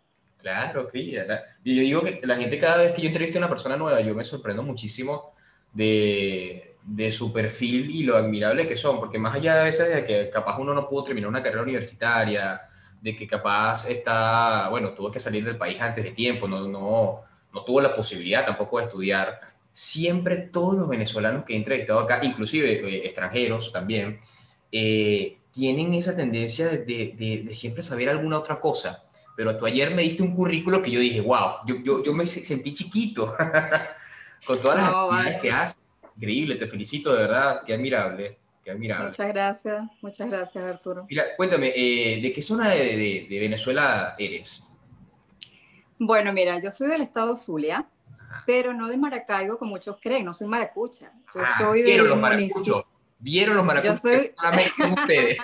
S1: Claro, sí. la- Yo yo digo que la gente cada vez que yo entrevisto a una persona nueva, yo me sorprendo muchísimo de, de su perfil y lo admirable que son, porque más allá de a veces de que capaz uno no pudo terminar una carrera universitaria, de que capaz está, bueno, tuvo que salir del país antes de tiempo, no, no, no tuvo la posibilidad tampoco de estudiar, siempre todos los venezolanos que he entrevistado acá, inclusive eh, extranjeros también, eh, tienen esa tendencia de, de, de, de siempre saber alguna otra cosa. Pero tú ayer me diste un currículo que yo dije, wow, yo, yo, yo me sentí chiquito con todas las
S3: No,
S1: actividades que
S3: vale.
S1: haces. Increíble, te felicito, de verdad, qué admirable, qué admirable.
S3: Muchas gracias, muchas gracias, Arturo.
S1: Mira, cuéntame, eh, ¿de qué zona de, de, de Venezuela eres?
S3: Bueno, mira, yo soy del estado Zulia, pero no de Maracaibo, como muchos creen, no soy maracucha. Yo
S1: Ah,
S3: soy
S1: vieron
S3: del
S1: los maracuchos,
S3: municipio,
S1: vieron los
S3: yo
S1: maracuchos que
S3: soy,
S1: solamente son ustedes.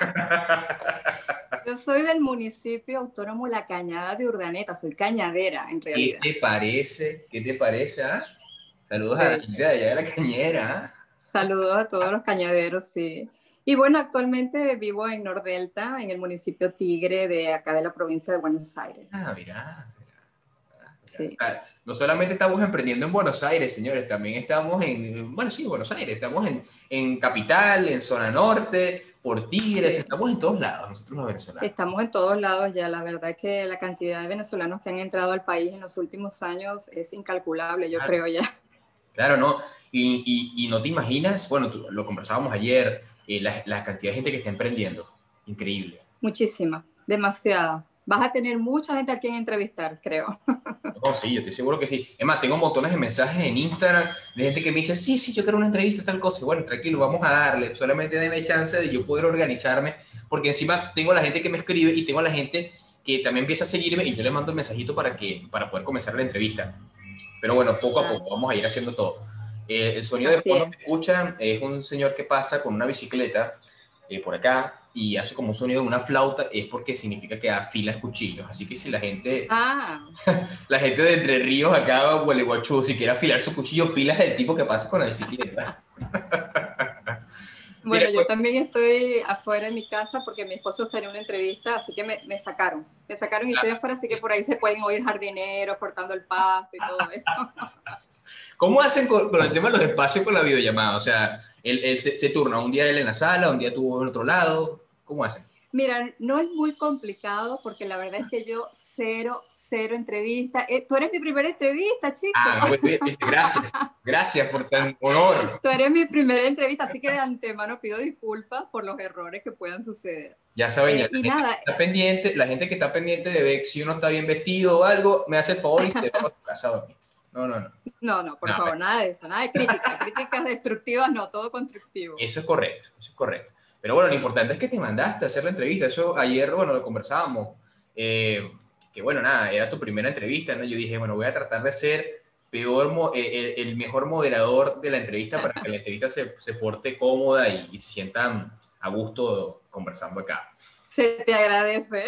S3: yo soy del municipio autónomo La Cañada de Urdaneta, soy cañadera en
S1: ¿Qué
S3: realidad.
S1: te parece? ¿Qué te parece? Ah? Saludos a la
S3: Sí.
S1: gente de allá de la cañera. ¿Ah?
S3: Saludos a todos los cañaderos, sí. Y bueno, actualmente vivo en Nordelta, en el municipio Tigre de acá de la provincia de Buenos Aires.
S1: Ah, mira. O
S3: Sí.
S1: sea, no solamente estamos emprendiendo en Buenos Aires, señores, también estamos en, bueno, sí, Buenos Aires, estamos en, en Capital, en Zona Norte, por Tigres,
S3: Sí.
S1: estamos en todos lados, nosotros los venezolanos.
S3: Estamos en todos lados ya. La verdad que la cantidad de venezolanos que han entrado al país en los últimos años es incalculable, yo
S1: Claro,
S3: creo ya.
S1: claro, ¿no? Y, y, y no te imaginas, bueno, tú- lo conversábamos ayer, eh, la, la cantidad de gente que está emprendiendo, increíble.
S3: Muchísima, demasiada. Vas a tener mucha gente a quien entrevistar, creo.
S1: No, sí, yo estoy seguro que sí. Es más, tengo montones de mensajes en Instagram de gente que me dice, sí, sí, yo quiero una entrevista, tal cosa. Y bueno, tranquilo, vamos a darle. Solamente denme chance de yo poder organizarme, porque encima tengo a la gente que me escribe y tengo a la gente que también empieza a seguirme y yo le mando el mensajito para, que, para poder comenzar la entrevista. Pero bueno, poco a
S3: Ah,
S1: poco vamos a ir haciendo todo. Eh, el sonido de
S3: así
S1: fondo que
S3: es.
S1: escuchan es un señor que pasa con una bicicleta eh, por acá y hace como un sonido de una flauta, es porque significa que afila cuchillos. Así que si la gente
S3: Ah,
S1: la gente de Entre Ríos, acá, Gualeguaychú, si quiere afilar su cuchillo, pilas del tipo que pasa con la bicicleta. Mira,
S3: bueno, yo
S1: pues,
S3: también estoy afuera de mi casa porque mi esposo está en una entrevista, así que me, me sacaron. Me sacaron y estoy afuera, así que por ahí se pueden oír jardineros cortando el pasto y todo eso.
S1: ¿cómo hacen con, con el tema de los espacios con la videollamada? O sea, él, él se, se turna, un día él en la sala, un día tú en otro lado. ¿Cómo hacen?
S3: Mira, no es muy complicado porque la verdad es que yo cero, cero entrevista. Eh, tú eres mi primera entrevista, chico.
S1: Ah, bueno, bien, gracias, gracias por tan honor.
S3: Tú eres mi primera entrevista, así que de antemano pido disculpas por los errores que puedan suceder.
S1: Ya saben, ya,
S3: Eh,
S1: la
S3: y
S1: gente que
S3: nada,
S1: está pendiente, la gente que está pendiente de ver si uno está bien vestido o algo, me hace el favor y se va a tu casa a dormir. No, no, no.
S3: no, no, por
S1: No,
S3: favor, nada de eso, nada de críticas, críticas destructivas, no, todo constructivo.
S1: eso es correcto, eso es correcto. Pero bueno, lo importante es que te mandaste a hacer la entrevista. Eso ayer, bueno, lo conversábamos. Eh, que bueno, nada, era tu primera entrevista, ¿no? Yo dije, bueno, voy a tratar de ser peor, mo- eh, el, el mejor moderador de la entrevista para que la entrevista se, se porte cómoda y, y se sientan a gusto conversando acá.
S3: Se te agradece,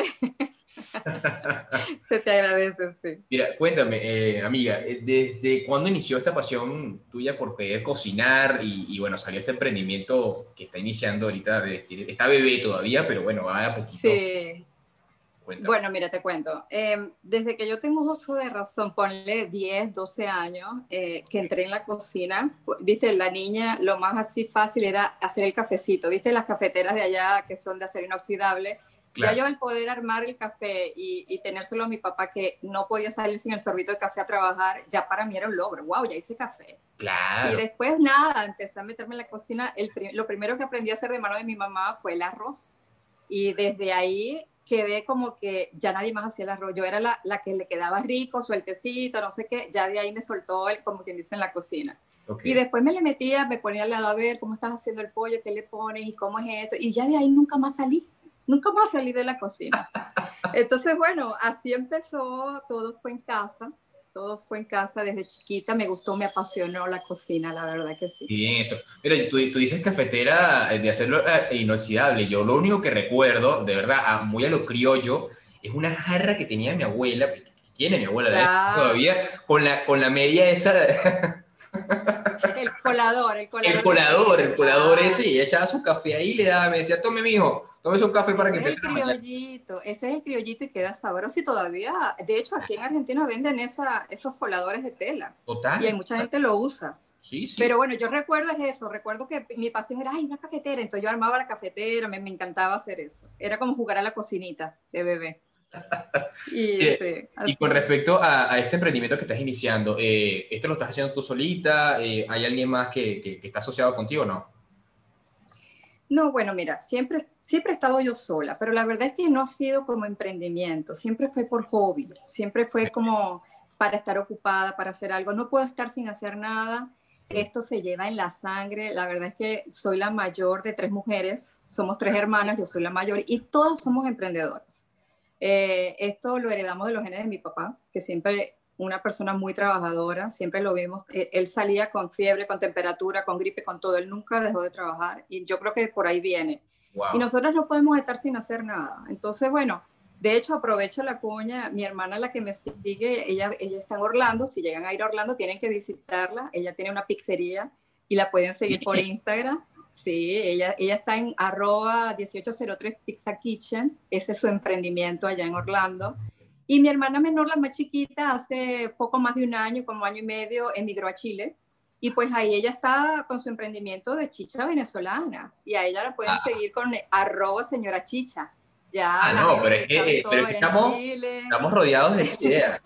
S3: se te agradece, sí.
S1: Mira, cuéntame, eh, amiga, eh, ¿desde cuándo inició esta pasión tuya por querer cocinar y, y, bueno, salió este emprendimiento que está iniciando ahorita, de- está bebé todavía, pero bueno, va de a poquito,
S3: Sí,
S1: cuéntame.
S3: bueno, mira, te cuento. Eh, desde que yo tengo uso de razón, ponle diez, doce años, eh, que entré en la cocina, viste, la niña, lo más así fácil era hacer el cafecito, viste, las cafeteras de allá que son de acero inoxidable. Ya
S1: Claro,
S3: yo el poder armar el café y, y tenérselo a mi papá que no podía salir sin el sorbito de café a trabajar, ya para mí era un logro. Wow, ya hice café. Y
S1: claro.
S3: después nada, empecé a meterme en la cocina. El, lo primero que aprendí a hacer de mano de mi mamá fue el arroz. Y desde ahí quedé como que ya nadie más hacía el arroz. Yo era la, la que le quedaba rico, sueltecito, no sé qué. Ya de ahí me soltó, el, como quien dice, en la cocina.
S1: Ok.
S3: Y después me le metía, me ponía al lado a ver cómo estás haciendo el pollo, qué le pones y cómo es esto. Y ya de ahí nunca más salí. Nunca más salí de la cocina. Entonces, bueno, así empezó, todo fue en casa, todo fue en casa desde chiquita, me gustó, me apasionó la cocina, la verdad que sí.
S1: Bien, eso. Mira, tú, tú dices cafetera eh, de hacerlo eh, inoxidable. Yo lo único que recuerdo, de verdad, a- muy a lo criollo, es una jarra que tenía mi abuela, que tiene mi abuela la
S3: Claro,
S1: todavía, con la, con la media esa.
S3: el, colador, el colador.
S1: El colador, el colador ese, y echaba su café ahí y le daba, me decía, tome mijo, tómese un café para que
S3: Ese es
S1: empiece
S3: el
S1: la mañana.
S3: criollito, ese es el criollito y queda sabroso y todavía, de hecho aquí en Argentina venden esa, esos coladores de tela
S1: Total.
S3: y hay mucha gente lo usa.
S1: Sí, sí.
S3: Pero bueno, yo recuerdo es eso, recuerdo que mi pasión era, ay, una cafetera, entonces yo armaba la cafetera, me, me encantaba hacer eso. Era como jugar a la cocinita de bebé. Y,
S1: Mire,
S3: sí,
S1: y
S3: así.
S1: con respecto a, a este emprendimiento que estás iniciando, eh, ¿esto lo estás haciendo tú solita? Eh, ¿hay alguien más que, que, que está asociado contigo o no?
S3: No, bueno, mira, siempre, siempre he estado yo sola, pero la verdad es que no ha sido como emprendimiento, siempre fue por hobby, siempre fue como para estar ocupada, para hacer algo. No puedo estar sin hacer nada. Esto se lleva en la sangre. La verdad es que soy la mayor de tres mujeres, somos tres hermanas, yo soy la mayor y todas somos emprendedoras. Eh, esto lo heredamos de los genes de mi papá, que siempre una persona muy trabajadora, siempre lo vimos. Eh, él salía con fiebre, con temperatura, con gripe, con todo. Él nunca dejó de trabajar y yo creo que por ahí viene.
S1: Wow.
S3: Y nosotros no podemos estar sin hacer nada. Entonces, bueno, de hecho aprovecho la cuña. Mi hermana, la que me sigue, ella, ella está en Orlando. Si llegan a ir a Orlando, tienen que visitarla. Ella tiene una pizzería y la pueden seguir por Instagram. Sí, ella, ella está en arroba dieciocho cero tres Pizza Kitchen. Ese es su emprendimiento allá en Orlando. Y mi hermana menor, la más chiquita, hace poco más de un año, como año y medio, emigró a Chile. Y pues ahí ella está con su emprendimiento de chicha venezolana. Y a ella la pueden ah. seguir con arroba señora chicha. Ya
S1: ah,
S3: la
S1: no,
S3: gente
S1: pero es que,
S3: todo
S1: pero es que estamos,
S3: Chile.
S1: estamos rodeados de esa idea.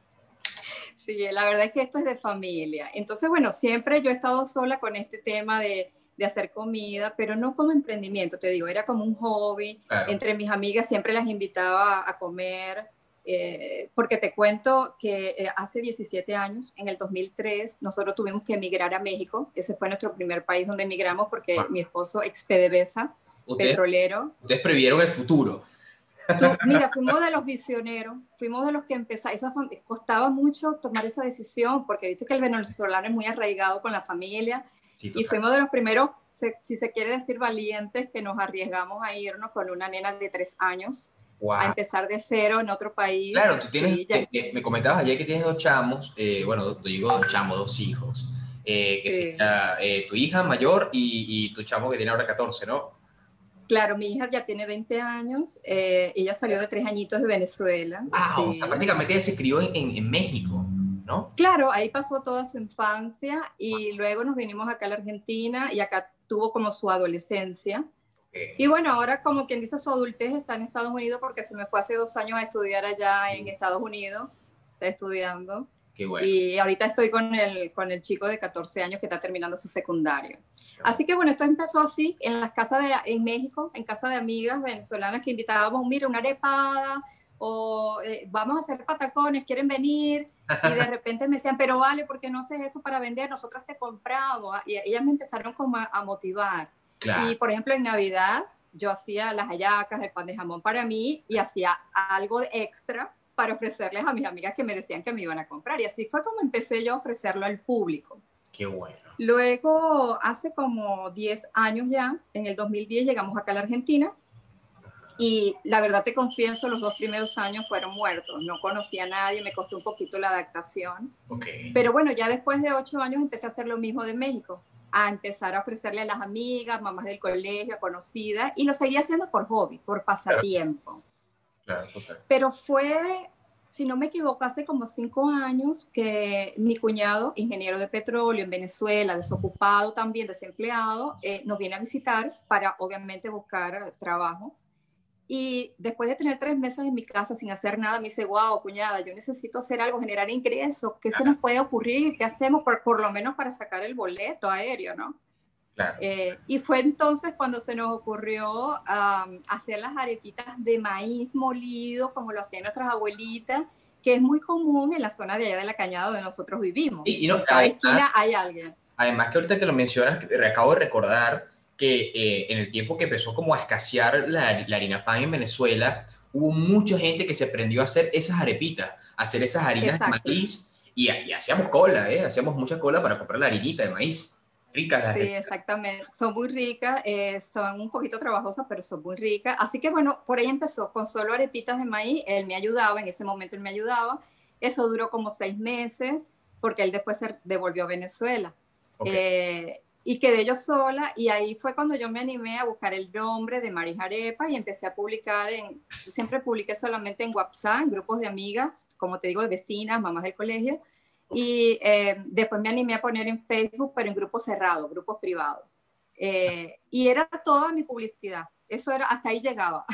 S3: Sí, la verdad es que esto es de familia. Entonces, bueno, siempre yo he estado sola con este tema de, de hacer comida, pero no como emprendimiento, te digo, era como un hobby. Claro. Entre mis amigas siempre las invitaba a comer, eh, porque te cuento que eh, hace diecisiete años, en el dos mil tres, nosotros tuvimos que emigrar a México. Ese fue nuestro primer país donde emigramos porque wow. mi esposo, ex P D V S A,
S1: ¿Ustedes,
S3: petrolero.
S1: Ustedes previeron el futuro.
S3: Tú, mira, fuimos de los visioneros, fuimos de los que empezamos, esa costaba mucho tomar esa decisión, porque viste que el venezolano es muy arraigado con la familia, sí, y fuimos de los primeros, se, si se quiere decir valientes, que nos arriesgamos a irnos con una nena de tres años, wow. a empezar de cero en otro país.
S1: Claro, tú tienes,
S3: sí, ya...
S1: eh, me comentabas ayer que tienes dos chamos, eh, bueno, te digo dos chamos, dos hijos, eh, que sí. sería eh, tu hija mayor y, y tu chamo que tiene ahora catorce, ¿no?
S3: Claro, mi hija ya tiene veinte años, eh, ella salió de tres añitos de Venezuela.
S1: Wow, sí. O sea, prácticamente ella se crió en, en, en México, ¿no?
S3: Claro, ahí pasó toda su infancia y luego nos vinimos acá a la Argentina y acá tuvo como su adolescencia. Okay. Y bueno, ahora como quien dice su adultez está en Estados Unidos porque se me fue hace dos años a estudiar allá en Estados Unidos, está estudiando.
S1: Qué bueno.
S3: Y ahorita estoy con el, con el chico de catorce años que está terminando su secundario. Así que bueno, esto empezó así en las casas de, en México, en casa de amigas venezolanas que invitábamos, mira, una arepada, o eh, vamos a hacer patacones, ¿quieren venir? Y de repente me decían, pero vale, ¿por qué no haces esto para vender? Nosotras te compramos. Y ellas me empezaron como a, a motivar. Claro. Y por ejemplo, en Navidad yo hacía las hallacas, el pan de jamón para mí y hacía algo extra para ofrecerles a mis amigas que me decían que me iban a comprar. Y así fue como empecé yo a ofrecerlo al público.
S1: Qué bueno.
S3: Luego, hace como diez años ya, en el dos mil diez llegamos acá a la Argentina y la verdad te confieso, los dos primeros años fueron muertos. No conocía a nadie, me costó un poquito la adaptación.
S1: Okay.
S3: Pero bueno, ya después de ocho años empecé a hacer lo mismo de México, a empezar a ofrecerle a las amigas, mamás del colegio, a conocidas, y lo seguía haciendo por hobby, por pasatiempo.
S1: Claro, total.
S3: Pero fue, si no me equivoco, hace como cinco años que mi cuñado, ingeniero de petróleo en Venezuela, desocupado también, desempleado, eh, nos viene a visitar para obviamente buscar trabajo. Y después de tener tres meses en mi casa sin hacer nada, me dice, wow, cuñada, yo necesito hacer algo, generar ingresos. ¿Qué se nos puede ocurrir? ¿Qué hacemos por, por lo menos para sacar el boleto aéreo, no?
S1: Claro.
S3: Eh, y fue entonces cuando se nos ocurrió um, hacer las arepitas de maíz molido, como lo hacían nuestras abuelitas, que es muy común en la zona de allá de la Cañada donde nosotros vivimos.
S1: Y, y no,
S3: en cada
S1: además,
S3: esquina hay alguien.
S1: Además que ahorita que lo mencionas, acabo de recordar que eh, en el tiempo que empezó como a escasear la, la harina pan en Venezuela, hubo mucha gente que se aprendió a hacer esas arepitas, a hacer esas harinas Exacto. de maíz, y, y hacíamos cola, ¿eh? Hacíamos mucha cola para comprar la harinita de maíz. Ricas las
S3: Sí,
S1: arepitas.
S3: exactamente. Son muy ricas, eh, son un poquito trabajosas, pero son muy ricas. Así que bueno, por ahí empezó con solo arepitas de maíz. Él me ayudaba, en ese momento él me ayudaba. Eso duró como seis meses, porque él después se devolvió a Venezuela.
S1: Ok.
S3: Eh, y quedé yo sola y ahí fue cuando yo me animé a buscar el nombre de Maris Arepa y empecé a publicar en, siempre publiqué solamente en WhatsApp, en grupos de amigas, como te digo, de vecinas, mamás del colegio, y eh, después me animé a poner en Facebook, pero en grupos cerrados, grupos privados. Eh, y era toda mi publicidad, eso era, hasta ahí llegaba.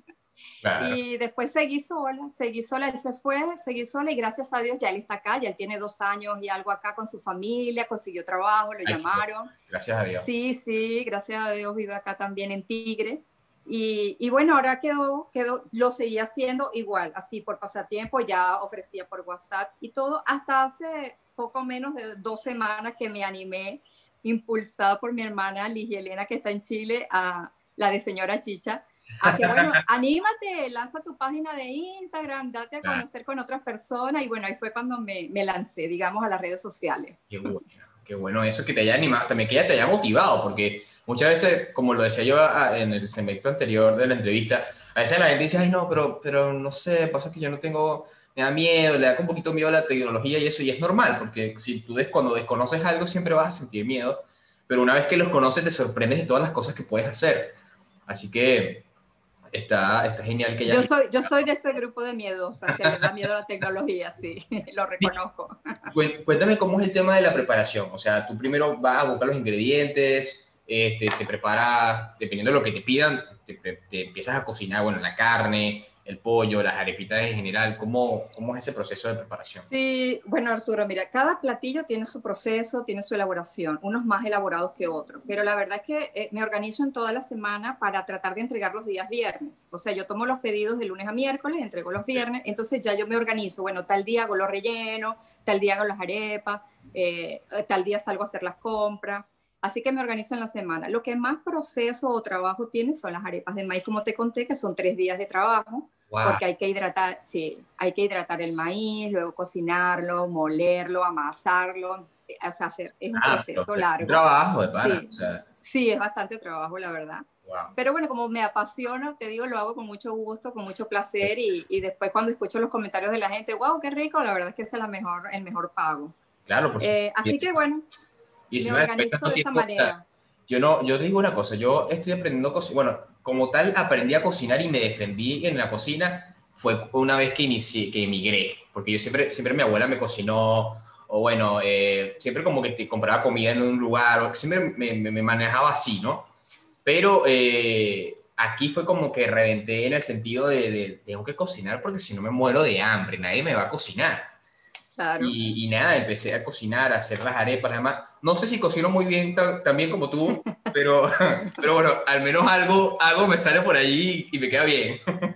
S1: Claro.
S3: Y después seguí sola, seguí sola, él se fue, seguí sola y gracias a Dios ya él está acá, ya él tiene dos años y algo acá con su familia, consiguió trabajo, lo
S1: Ay, qué bueno.
S3: llamaron.
S1: Gracias a Dios.
S3: Sí, sí, gracias a Dios vive acá también en Tigre. Y, y bueno, ahora quedó, quedó, lo seguía haciendo igual, así por pasatiempo, ya ofrecía por WhatsApp y todo, hasta hace poco menos de dos semanas que me animé, impulsada por mi hermana Ligia Elena, que está en Chile, a la de Señora Chicha, a que, bueno, anímate, lanza tu página de Instagram, date a
S1: Claro.
S3: conocer con otras personas. Y bueno, ahí fue cuando me, me lancé, digamos, a las redes sociales.
S1: Qué bueno, qué bueno eso que te haya animado, también que ella te haya motivado, porque muchas veces, como lo decía yo a- en el segmento anterior de la entrevista, a veces la gente dice, ay no, pero, pero no sé, pasa que yo no tengo, me da miedo, le da un poquito miedo a la tecnología y eso, y es normal, porque si tú des, cuando desconoces algo siempre vas a sentir miedo, pero una vez que los conoces te sorprendes de todas las cosas que puedes hacer. Así que está, está genial que
S3: Yo
S1: hayas...
S3: soy, yo soy de ese grupo de miedosas que le da miedo a la tecnología, sí, lo reconozco.
S1: Cué- Cuéntame cómo es el tema de la preparación. O sea, tú primero vas a buscar los ingredientes, este, te preparas, dependiendo de lo que te pidan, te, pre- te empiezas a cocinar, bueno, la carne, el pollo, las arepitas en general. ¿Cómo, cómo es ese proceso de preparación?
S3: Sí, bueno, Arturo, mira, cada platillo tiene su proceso, tiene su elaboración, unos más elaborados que otros, pero la verdad es que eh, me organizo en toda la semana para tratar de entregar los días viernes. O sea, yo tomo los pedidos de lunes a miércoles, entrego los viernes, entonces ya yo me organizo, bueno, tal día hago los rellenos, tal día hago las arepas, eh, tal día salgo a hacer las compras. Así que me organizo en la semana. Lo que más proceso o trabajo tiene son las arepas de maíz, como te conté, que son tres días de trabajo,
S1: Wow,
S3: porque hay que hidratar, sí, hay que hidratar el maíz, luego cocinarlo, molerlo, amasarlo, eh, o sea, hacer, es un
S1: ah, pero
S3: proceso
S1: es un
S3: largo.
S1: trabajo de pana. O
S3: Sí,
S1: sea,
S3: sí, es bastante trabajo, la verdad.
S1: wow.
S3: Pero bueno, como me apasiona, te digo, lo hago con mucho gusto, con mucho placer y, y después cuando escucho los comentarios de la gente, wow, qué rico, la verdad es que ese es la mejor, el mejor pago.
S1: Claro, por supuesto.
S3: Eh,
S1: Y
S3: así que
S1: encima,
S3: bueno,
S1: y
S3: me
S1: encima después
S3: organizo
S1: tanto
S3: de esa
S1: tiempo, o sea,
S3: manera.
S1: yo no, yo te digo una cosa, yo estoy aprendiendo a cocinar, bueno, como tal aprendí a cocinar y me defendí en la cocina fue una vez que inicié, que emigré, porque yo siempre, siempre mi abuela me cocinó, o bueno, eh, siempre como que te compraba comida en un lugar, o siempre me, me, me manejaba así, ¿no? Pero eh, aquí fue como que reventé en el sentido de, de, tengo que cocinar porque si no me muero de hambre, nadie me va a cocinar.
S3: Claro.
S1: Y, y nada, empecé a cocinar, a hacer las arepas, además, no sé si cocino muy bien ta- también como tú, pero, pero bueno, al menos algo, algo me sale por allí y me queda bien.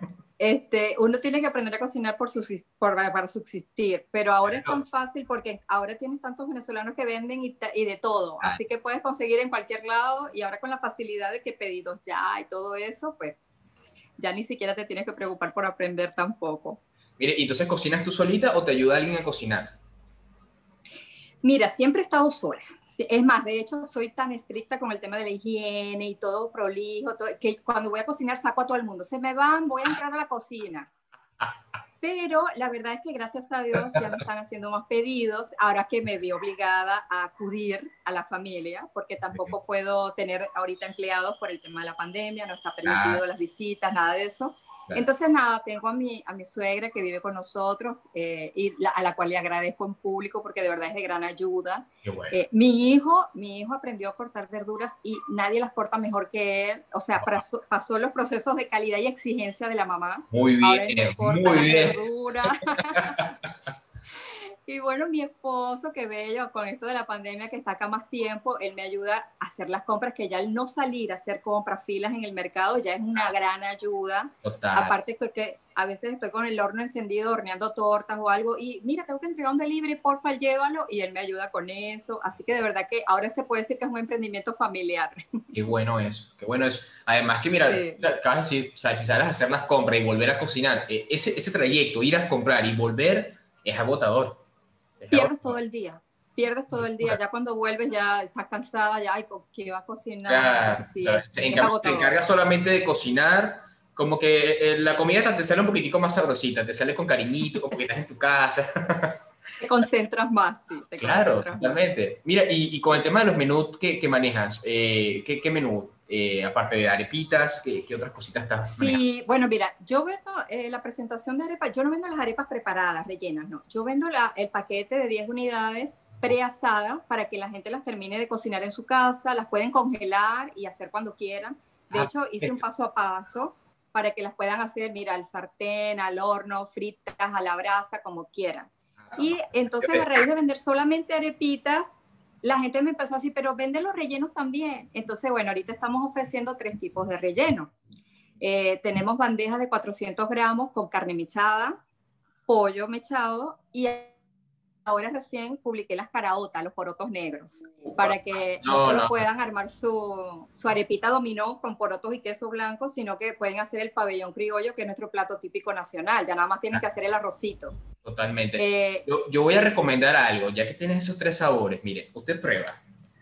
S3: Este, uno tiene que aprender a cocinar por subsist- por- para subsistir, pero ahora es tan fácil porque ahora tienes tantos venezolanos que venden y, ta- y de todo,
S1: Ah,
S3: así que puedes conseguir en cualquier lado y ahora con la facilidad de que pedidos ya y todo eso, pues ya ni siquiera te tienes que preocupar por aprender tampoco.
S1: mire, ¿y entonces cocinas tú solita o te ayuda alguien a cocinar?
S3: Mira, siempre he estado sola. Sí, es más, de hecho, soy tan estricta con el tema de la higiene y todo prolijo, todo, que cuando voy a cocinar saco a todo el mundo. Se me van, voy a entrar a la cocina. Pero la verdad es que gracias a Dios ya me están haciendo más pedidos, ahora que me vi obligada a acudir a la familia, porque tampoco puedo tener ahorita empleados por el tema de la pandemia, no está
S1: Claro,
S3: permitido las visitas, nada de eso.
S1: claro.
S3: Entonces, nada, tengo a mi, a mi suegra que vive con nosotros eh, y la, a la cual le agradezco en público porque de verdad es de gran ayuda.
S1: Qué bueno.
S3: Eh, mi hijo, mi hijo aprendió a cortar verduras y nadie las corta mejor que él. O sea, pasó, pasó los procesos de calidad y exigencia de la mamá.
S1: Muy
S3: Ahora
S1: bien,
S3: él me corta
S1: muy
S3: las
S1: bien.
S3: verduras. Y bueno, mi esposo, que bello, con esto de la pandemia que está acá más tiempo, él me ayuda a hacer las compras, que ya el no salir a hacer compras, filas en el mercado, ya es una gran ayuda.
S1: Total.
S3: Aparte que, que a veces estoy con el horno encendido, horneando tortas o algo, y mira, tengo que entregar un delivery, porfa, llévalo, y él me ayuda con eso. Así que de verdad que ahora se puede decir que es un emprendimiento familiar.
S1: Qué bueno eso, qué bueno eso. Además que mira,
S3: Sí.
S1: acabas de decir, o sea, si sabes hacer las compras y volver a cocinar, eh, ese, ese trayecto, ir a comprar y volver, es agotador. Es
S3: Pierdes todo
S1: agotador.
S3: el día. Pierdes todo el día, ya cuando vuelves ya estás cansada, ya, ay, ¿qué va a cocinar?
S1: Claro,
S3: Entonces sí,
S1: claro.
S3: es,
S1: En
S3: es
S1: cambio, si te
S3: agotador.
S1: encargas solamente de cocinar, como que eh, la comida te sale un poquitico más sabrosita, te sale con cariñito, como que estás en tu casa.
S3: Te concentras más, sí. Te
S1: Claro, totalmente. Más. Mira, y, y con el tema de los menús que, que manejas, eh, ¿qué, ¿qué menú? Eh, aparte de arepitas, ¿qué, ¿qué otras cositas estás manejando?
S3: Sí, bueno, mira, yo vendo eh, la presentación de arepas, yo no vendo las arepas preparadas, rellenas, no. Yo vendo la, el paquete de diez unidades preasadas para que la gente las termine de cocinar en su casa, las pueden congelar y hacer cuando quieran. De ah, hecho, hice un paso a paso para que las puedan hacer, mira, al sartén, al horno, fritas, a la brasa, como quieran. Y entonces, a raíz de vender solamente arepitas, la gente me empezó así, pero vende los rellenos también. Entonces, bueno, ahorita estamos ofreciendo tres tipos de relleno. Eh, tenemos bandejas de cuatrocientos gramos con carne mechada, pollo mechado y ahora recién publiqué las caraotas, los porotos negros, para que no, no solo no. puedan armar su, su arepita dominó con porotos y queso blanco, sino que pueden hacer el pabellón criollo, que es nuestro plato típico nacional. Ya nada más tienen que hacer el arrocito.
S1: Totalmente. Eh, yo, yo voy a recomendar algo, ya que tienes esos tres sabores. Mire, usted prueba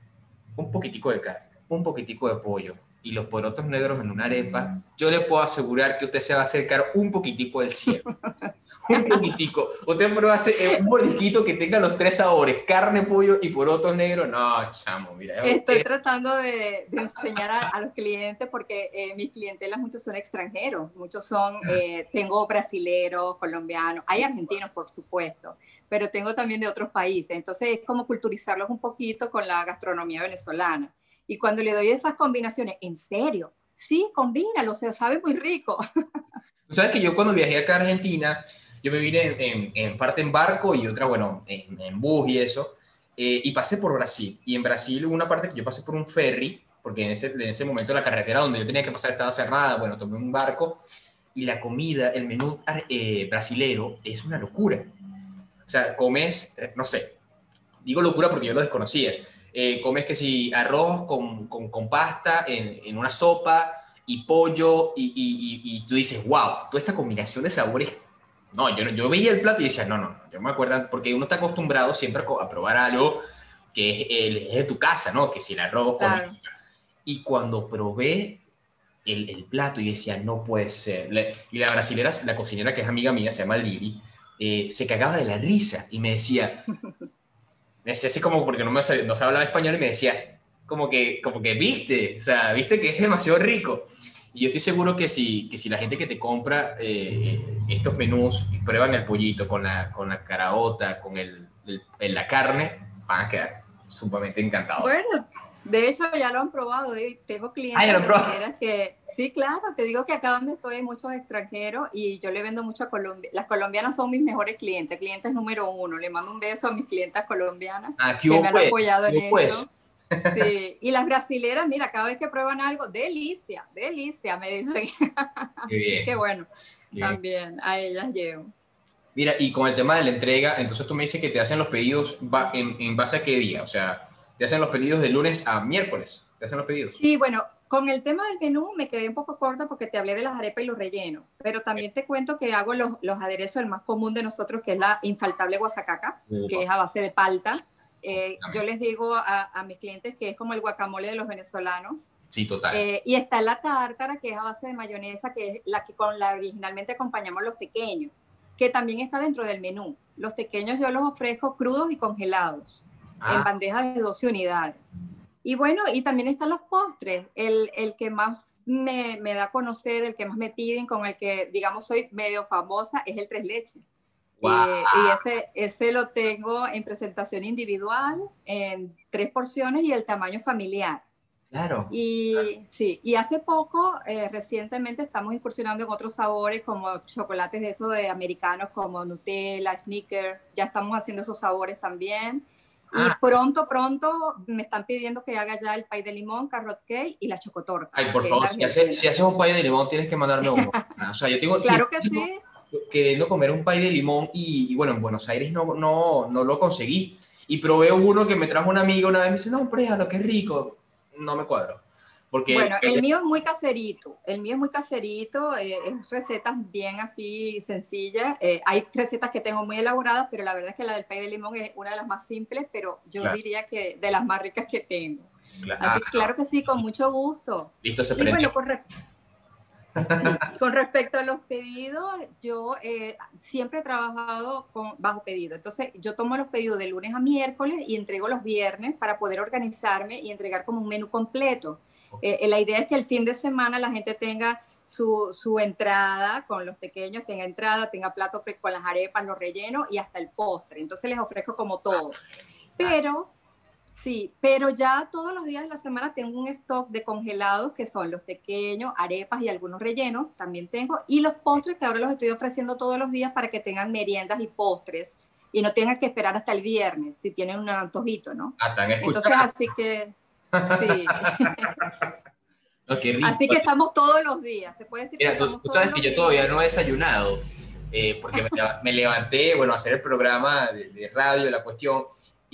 S1: un poquitico de carne, un poquitico de pollo y los porotos negros en una arepa. Yo le puedo asegurar que usted se va a acercar un poquitico del cielo. Un poquitico. Usted prueba hacer un mordisquito que tenga los tres sabores, carne, pollo y porotos negros. No, chamo, mira.
S3: Estoy tratando de, de enseñar a, a los clientes porque eh, mis clientelas muchos son extranjeros, muchos son, eh, tengo brasileros, colombianos, hay argentinos por supuesto, pero tengo también de otros países. Entonces es como culturizarlos un poquito con la gastronomía venezolana. Y cuando le doy esas combinaciones, ¿en serio? Sí, combínalo, o sea, sabe muy rico.
S1: Tú sabes que yo cuando viajé acá a Argentina, yo me vine en, en, en parte en barco y otra, bueno, en, en bus y eso, eh, y pasé por Brasil. Y en Brasil hubo una parte que yo pasé por un ferry, porque en ese, en ese momento la carretera donde yo tenía que pasar estaba cerrada, bueno, tomé un barco, y la comida, el menú eh, brasilero es una locura. O sea, comes, no sé, digo locura porque yo lo desconocía, eh, comes que si arroz con, con, con pasta en, en una sopa y pollo, y, y, y, y tú dices, wow, toda esta combinación de sabores. No, yo, yo veía el plato y decía, no, no, yo me acuerdo, porque uno está acostumbrado siempre a probar algo que es, el, es de tu casa, ¿no? Que si el arroz, claro. Con... Y cuando probé el, el plato y decía, no puede ser. Le, y la brasilera, la cocinera que es amiga mía, se llama Lili, eh, se cagaba de la risa y me decía, me decía así como porque no, me, no se hablaba español y me decía, como que, como que viste, o sea, viste que es demasiado rico. Y yo estoy seguro que si, que si la gente que te compra eh, estos menús y prueban el pollito con la, con la caraota, con el, el, la carne, van a quedar sumamente encantados.
S3: Bueno, de hecho ya lo han probado. ¿eh? Tengo clientes
S1: ah,
S3: que, sí, claro, te digo que acá donde estoy hay muchos extranjeros y yo le vendo mucho a Colombia. Las colombianas son mis mejores clientes, clientes número uno. Le mando un beso a mis clientas colombianas
S1: ah,
S3: que me han
S1: pues,
S3: apoyado en
S1: pues.
S3: esto. Sí, y las brasileras, mira, cada vez que prueban algo, delicia, delicia, me dicen.
S1: Qué bien.
S3: Qué bueno,
S1: bien.
S3: También a ellas llevo.
S1: Mira, y con el tema de la entrega, entonces tú me dices que te hacen los pedidos en, en base a qué día, o sea, te hacen los pedidos de lunes a miércoles, te hacen los pedidos.
S3: Sí, bueno, con el tema del menú me quedé un poco corta porque te hablé de las arepas y los rellenos, pero también te cuento que hago los, los aderezos, el más común de nosotros, que es la infaltable guasacaca, uh-huh. que es a base de palta. Eh, yo les digo a, a mis clientes que es como el guacamole de los venezolanos.
S1: Sí, total.
S3: Eh, y está la tártara, que es a base de mayonesa, que es la que con la originalmente acompañamos los tequeños, que también está dentro del menú. Los tequeños yo los ofrezco crudos y congelados, ah. en bandejas de doce unidades. Y bueno, y también están los postres. El, el que más me, me da a conocer, el que más me piden, con el que, digamos, soy medio famosa, es el tres leches. Wow. Eh, y ese, ese lo tengo en presentación individual, en tres porciones y el tamaño familiar.
S1: Claro.
S3: Y
S1: claro.
S3: sí, y hace poco, eh, recientemente estamos incursionando en otros sabores como chocolates de estos de americanos como Nutella, Snickers, ya estamos haciendo esos sabores también. Ah. Y pronto, pronto me están pidiendo que haga ya el pay de limón, carrot cake y la chocotorta.
S1: Ay, por favor, si haces, si haces un pay de limón tienes que mandarme uno. O sea, yo tengo...
S3: Claro que sí.
S1: Queriendo comer un pay de limón y, y bueno, en Buenos Aires no, no, no lo conseguí. Y probé uno que me trajo una amiga una vez y me dice, no, pruébalo, qué rico. No me cuadro. Porque
S3: bueno, el mío es muy caserito. El mío es muy caserito. Eh, es recetas bien así sencillas. Eh, hay recetas que tengo muy elaboradas, pero la verdad es que la del pay de limón es una de las más simples, pero yo claro. diría que de las más ricas que tengo. Claro. Así claro que sí, con mucho gusto.
S1: Listo, se
S3: y bueno, con, re Sí, con respecto a los pedidos, yo eh, siempre he trabajado con, bajo pedido. Entonces, yo tomo los pedidos de lunes a miércoles y entrego los viernes para poder organizarme y entregar como un menú completo. Eh, eh, la idea es que el fin de semana la gente tenga su, su entrada con los pequeños, tenga entrada, tenga plato con las arepas, los rellenos y hasta el postre. Entonces, les ofrezco como todo. Pero... Sí, pero ya todos los días de la semana tengo un stock de congelados que son los pequeños, arepas y algunos rellenos, también tengo, y los postres que ahora los estoy ofreciendo todos los días para que tengan meriendas y postres y no tengan que esperar hasta el viernes si tienen un antojito, ¿no?
S1: Ah, están
S3: Entonces,
S1: escuchando.
S3: así que, sí.
S1: No, qué rico.
S3: Así que estamos todos los días, se puede decir
S1: Mira,
S3: que
S1: tú,
S3: estamos
S1: tú
S3: todos
S1: sabes
S3: los
S1: que yo
S3: días.
S1: todavía no he desayunado, eh, porque me, me levanté, bueno, a hacer el programa de, de radio, la cuestión,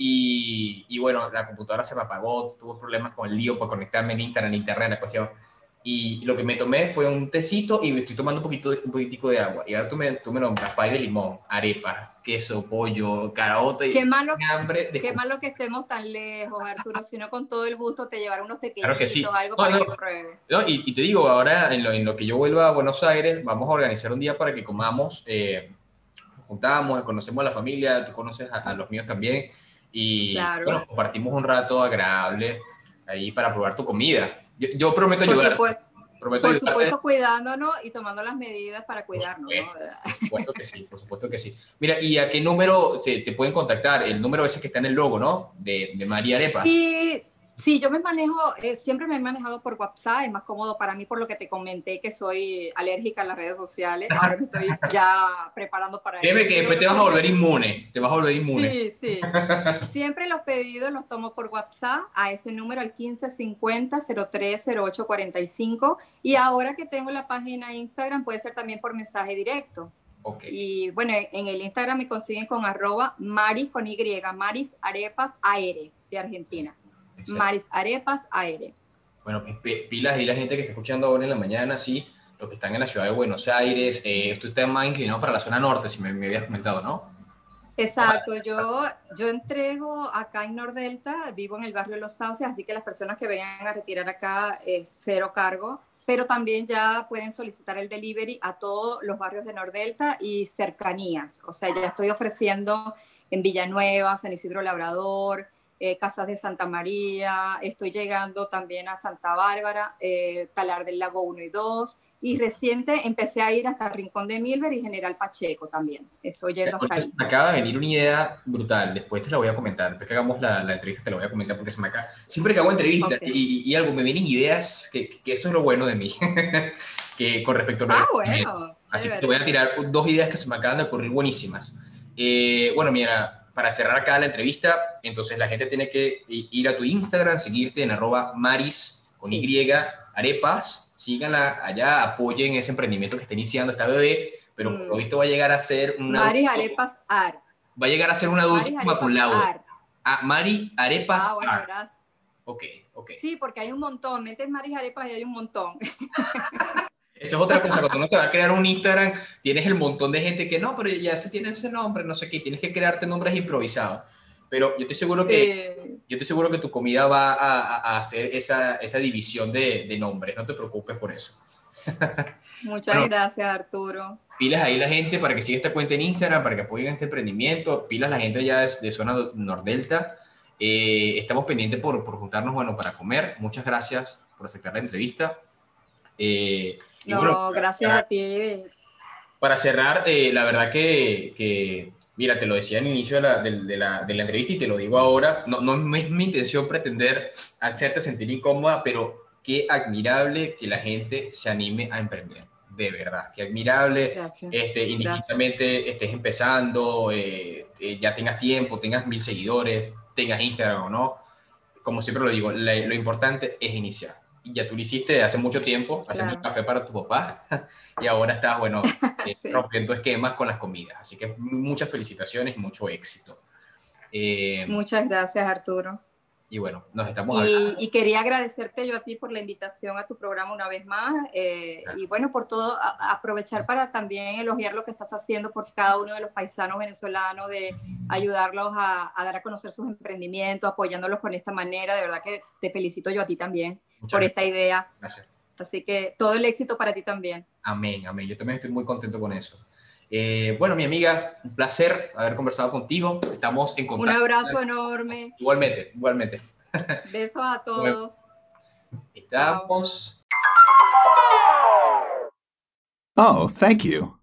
S1: y, y bueno, la computadora se me apagó, tuve problemas con el lío para conectarme en internet, en internet, la cuestión. Y lo que me tomé fue un tecito y me estoy tomando un poquito, un poquitico de agua. Y ahora tú me, tú me nombras pay de limón, arepa, queso, pollo, caraota y
S3: Qué malo,
S1: hambre de
S3: qué
S1: comer.
S3: malo que estemos tan lejos, Arturo, si no con todo el gusto te llevaré unos
S1: Claro que sí.
S3: tequeñitos, algo
S1: No,
S3: para
S1: no,
S3: que pruebes.
S1: no, y, y te digo, ahora en lo, en lo que yo vuelva a Buenos Aires, vamos a organizar un día para que comamos, eh, nos juntamos, conocemos a la familia, tú conoces a, a los míos también, y
S3: Claro,
S1: bueno, compartimos un rato agradable ahí para probar tu comida. Yo, yo prometo
S3: por
S1: ayudarte,
S3: supuesto.
S1: prometo
S3: Por
S1: ayudarte.
S3: supuesto, cuidándonos y tomando las medidas para
S1: Por
S3: cuidarnos, ¿no?
S1: supuesto, por supuesto que sí, por supuesto que sí. Mira, ¿y a qué número se, te pueden contactar? El número ese que está en el logo, ¿no? De, de María Arepas.
S3: Sí, sí, yo me manejo, eh, siempre me he manejado por WhatsApp, es más cómodo para mí por lo que te comenté que soy alérgica a las redes sociales. Ahora me estoy ya preparando para
S1: Créeme
S3: eso,
S1: que
S3: pero
S1: después te vas a volver
S3: siempre,
S1: inmune, te vas a volver inmune.
S3: sí, sí. Siempre los pedidos los tomo por WhatsApp a ese número, al quince cincuenta cero tres cero ocho cuarenta y cinco. Y ahora que tengo la página Instagram, puede ser también por mensaje directo.
S1: Ok.
S3: Y bueno, en el Instagram me consiguen con arroba Maris con Y, Maris Arepas A R de Argentina.
S1: Exacto.
S3: Maris Arepas A R.
S1: Bueno, p- pilas y la gente que está escuchando ahora en la mañana, sí, los que están en la ciudad de Buenos Aires, eh, esto está más inclinado para la zona norte, si me, me habías comentado, ¿no?
S3: Exacto, yo, yo entrego acá en Nordelta, vivo en el barrio de Los Sauces, así que las personas que vengan a retirar acá es cero cargo, pero también ya pueden solicitar el delivery a todos los barrios de Nordelta y cercanías. O sea, ya estoy ofreciendo en Villanueva, San Isidro Labrador, eh, Casas de Santa María, estoy llegando también a Santa Bárbara, eh, Talar del Lago uno y dos, y reciente empecé a ir hasta Rincón de Milver y General Pacheco también. Estoy yendo hasta
S1: Ahorita se
S3: ahí.
S1: me acaba de venir una idea brutal, después te la voy a comentar, después que hagamos la, la entrevista te la voy a comentar porque se me acaba, siempre que hago entrevistas
S3: Okay.
S1: y, y algo, me vienen ideas, que, que eso es lo bueno de mí, que con respecto a
S3: Ah,
S1: redes.
S3: bueno.
S1: Así que
S3: Chévere.
S1: te voy a tirar dos ideas que se me acaban de ocurrir buenísimas. Eh, bueno, mira, para cerrar acá la entrevista, entonces la gente tiene que ir a tu Instagram, seguirte en arroba maris con
S3: Sí.
S1: Y, arepas, síganla allá, apoyen ese emprendimiento que está iniciando esta bebé, pero por lo
S3: Mm.
S1: visto va a llegar a ser un
S3: Maris
S1: adulto,
S3: Arepas Ar.
S1: va a llegar a ser un adulto
S3: Maris Arepas
S1: maculado.
S3: Ar.
S1: Ah, Mari Arepas
S3: Ah, bueno,
S1: Art.
S3: gracias.
S1: Ok, ok.
S3: Sí, porque hay un montón. Metes Maris Arepas y hay un montón.
S1: Eso es otra cosa, cuando uno te va a crear un Instagram, tienes el montón de gente que no, pero ya se tiene ese nombre, no sé qué, tienes que crearte nombres improvisados. Pero yo estoy seguro que,
S3: Sí.
S1: yo estoy seguro que tu comida va a, a- a hacer esa, esa división de, de nombres, no te preocupes por eso.
S3: Muchas
S1: Bueno,
S3: gracias, Arturo.
S1: pilas ahí la gente para que siga esta cuenta en Instagram, para que apoyen este emprendimiento, pilas la gente ya de, de zona Nordelta. Eh, estamos pendientes por, por juntarnos, bueno, para comer. Muchas gracias por aceptar la entrevista. Eh, y bueno,
S3: No, gracias a ti.
S1: para cerrar, eh, la verdad que, que, mira, te lo decía al inicio de la, de, de la, de la entrevista y te lo digo ahora, no, no es mi intención pretender hacerte sentir incómoda, pero qué admirable que la gente se anime a emprender, de verdad, qué admirable,
S3: Gracias.
S1: este, indistintamente estés empezando, eh, eh, ya tengas tiempo, tengas mil seguidores, tengas Instagram o no, como siempre lo digo, la, lo importante es iniciar. Y ya tú lo hiciste hace mucho tiempo, haciendo el
S3: Claro.
S1: café para tu papá, y ahora estás, bueno, eh,
S3: Sí.
S1: rompiendo esquemas con las comidas. Así que muchas felicitaciones y mucho éxito. Eh,
S3: Muchas gracias, Arturo.
S1: y bueno, nos estamos
S3: Y,
S1: hablando.
S3: y quería agradecerte yo a ti por la invitación a tu programa una vez más eh, y bueno, por todo, a, a aprovechar para también elogiar lo que estás haciendo por cada uno de los paisanos venezolanos, de ayudarlos a, a dar a conocer sus emprendimientos, apoyándolos con esta manera. De verdad que te felicito yo a ti también
S1: Muchas
S3: por
S1: gracias.
S3: esta idea
S1: Gracias.
S3: Así que todo el éxito para ti también.
S1: Amén, amén. Yo también estoy muy contento con eso. Eh, bueno, mi amiga, un placer haber conversado contigo. Estamos en contacto.
S3: Un abrazo enorme.
S1: Igualmente, igualmente.
S3: Besos a todos.
S1: Estamos.
S4: Oh, thank you.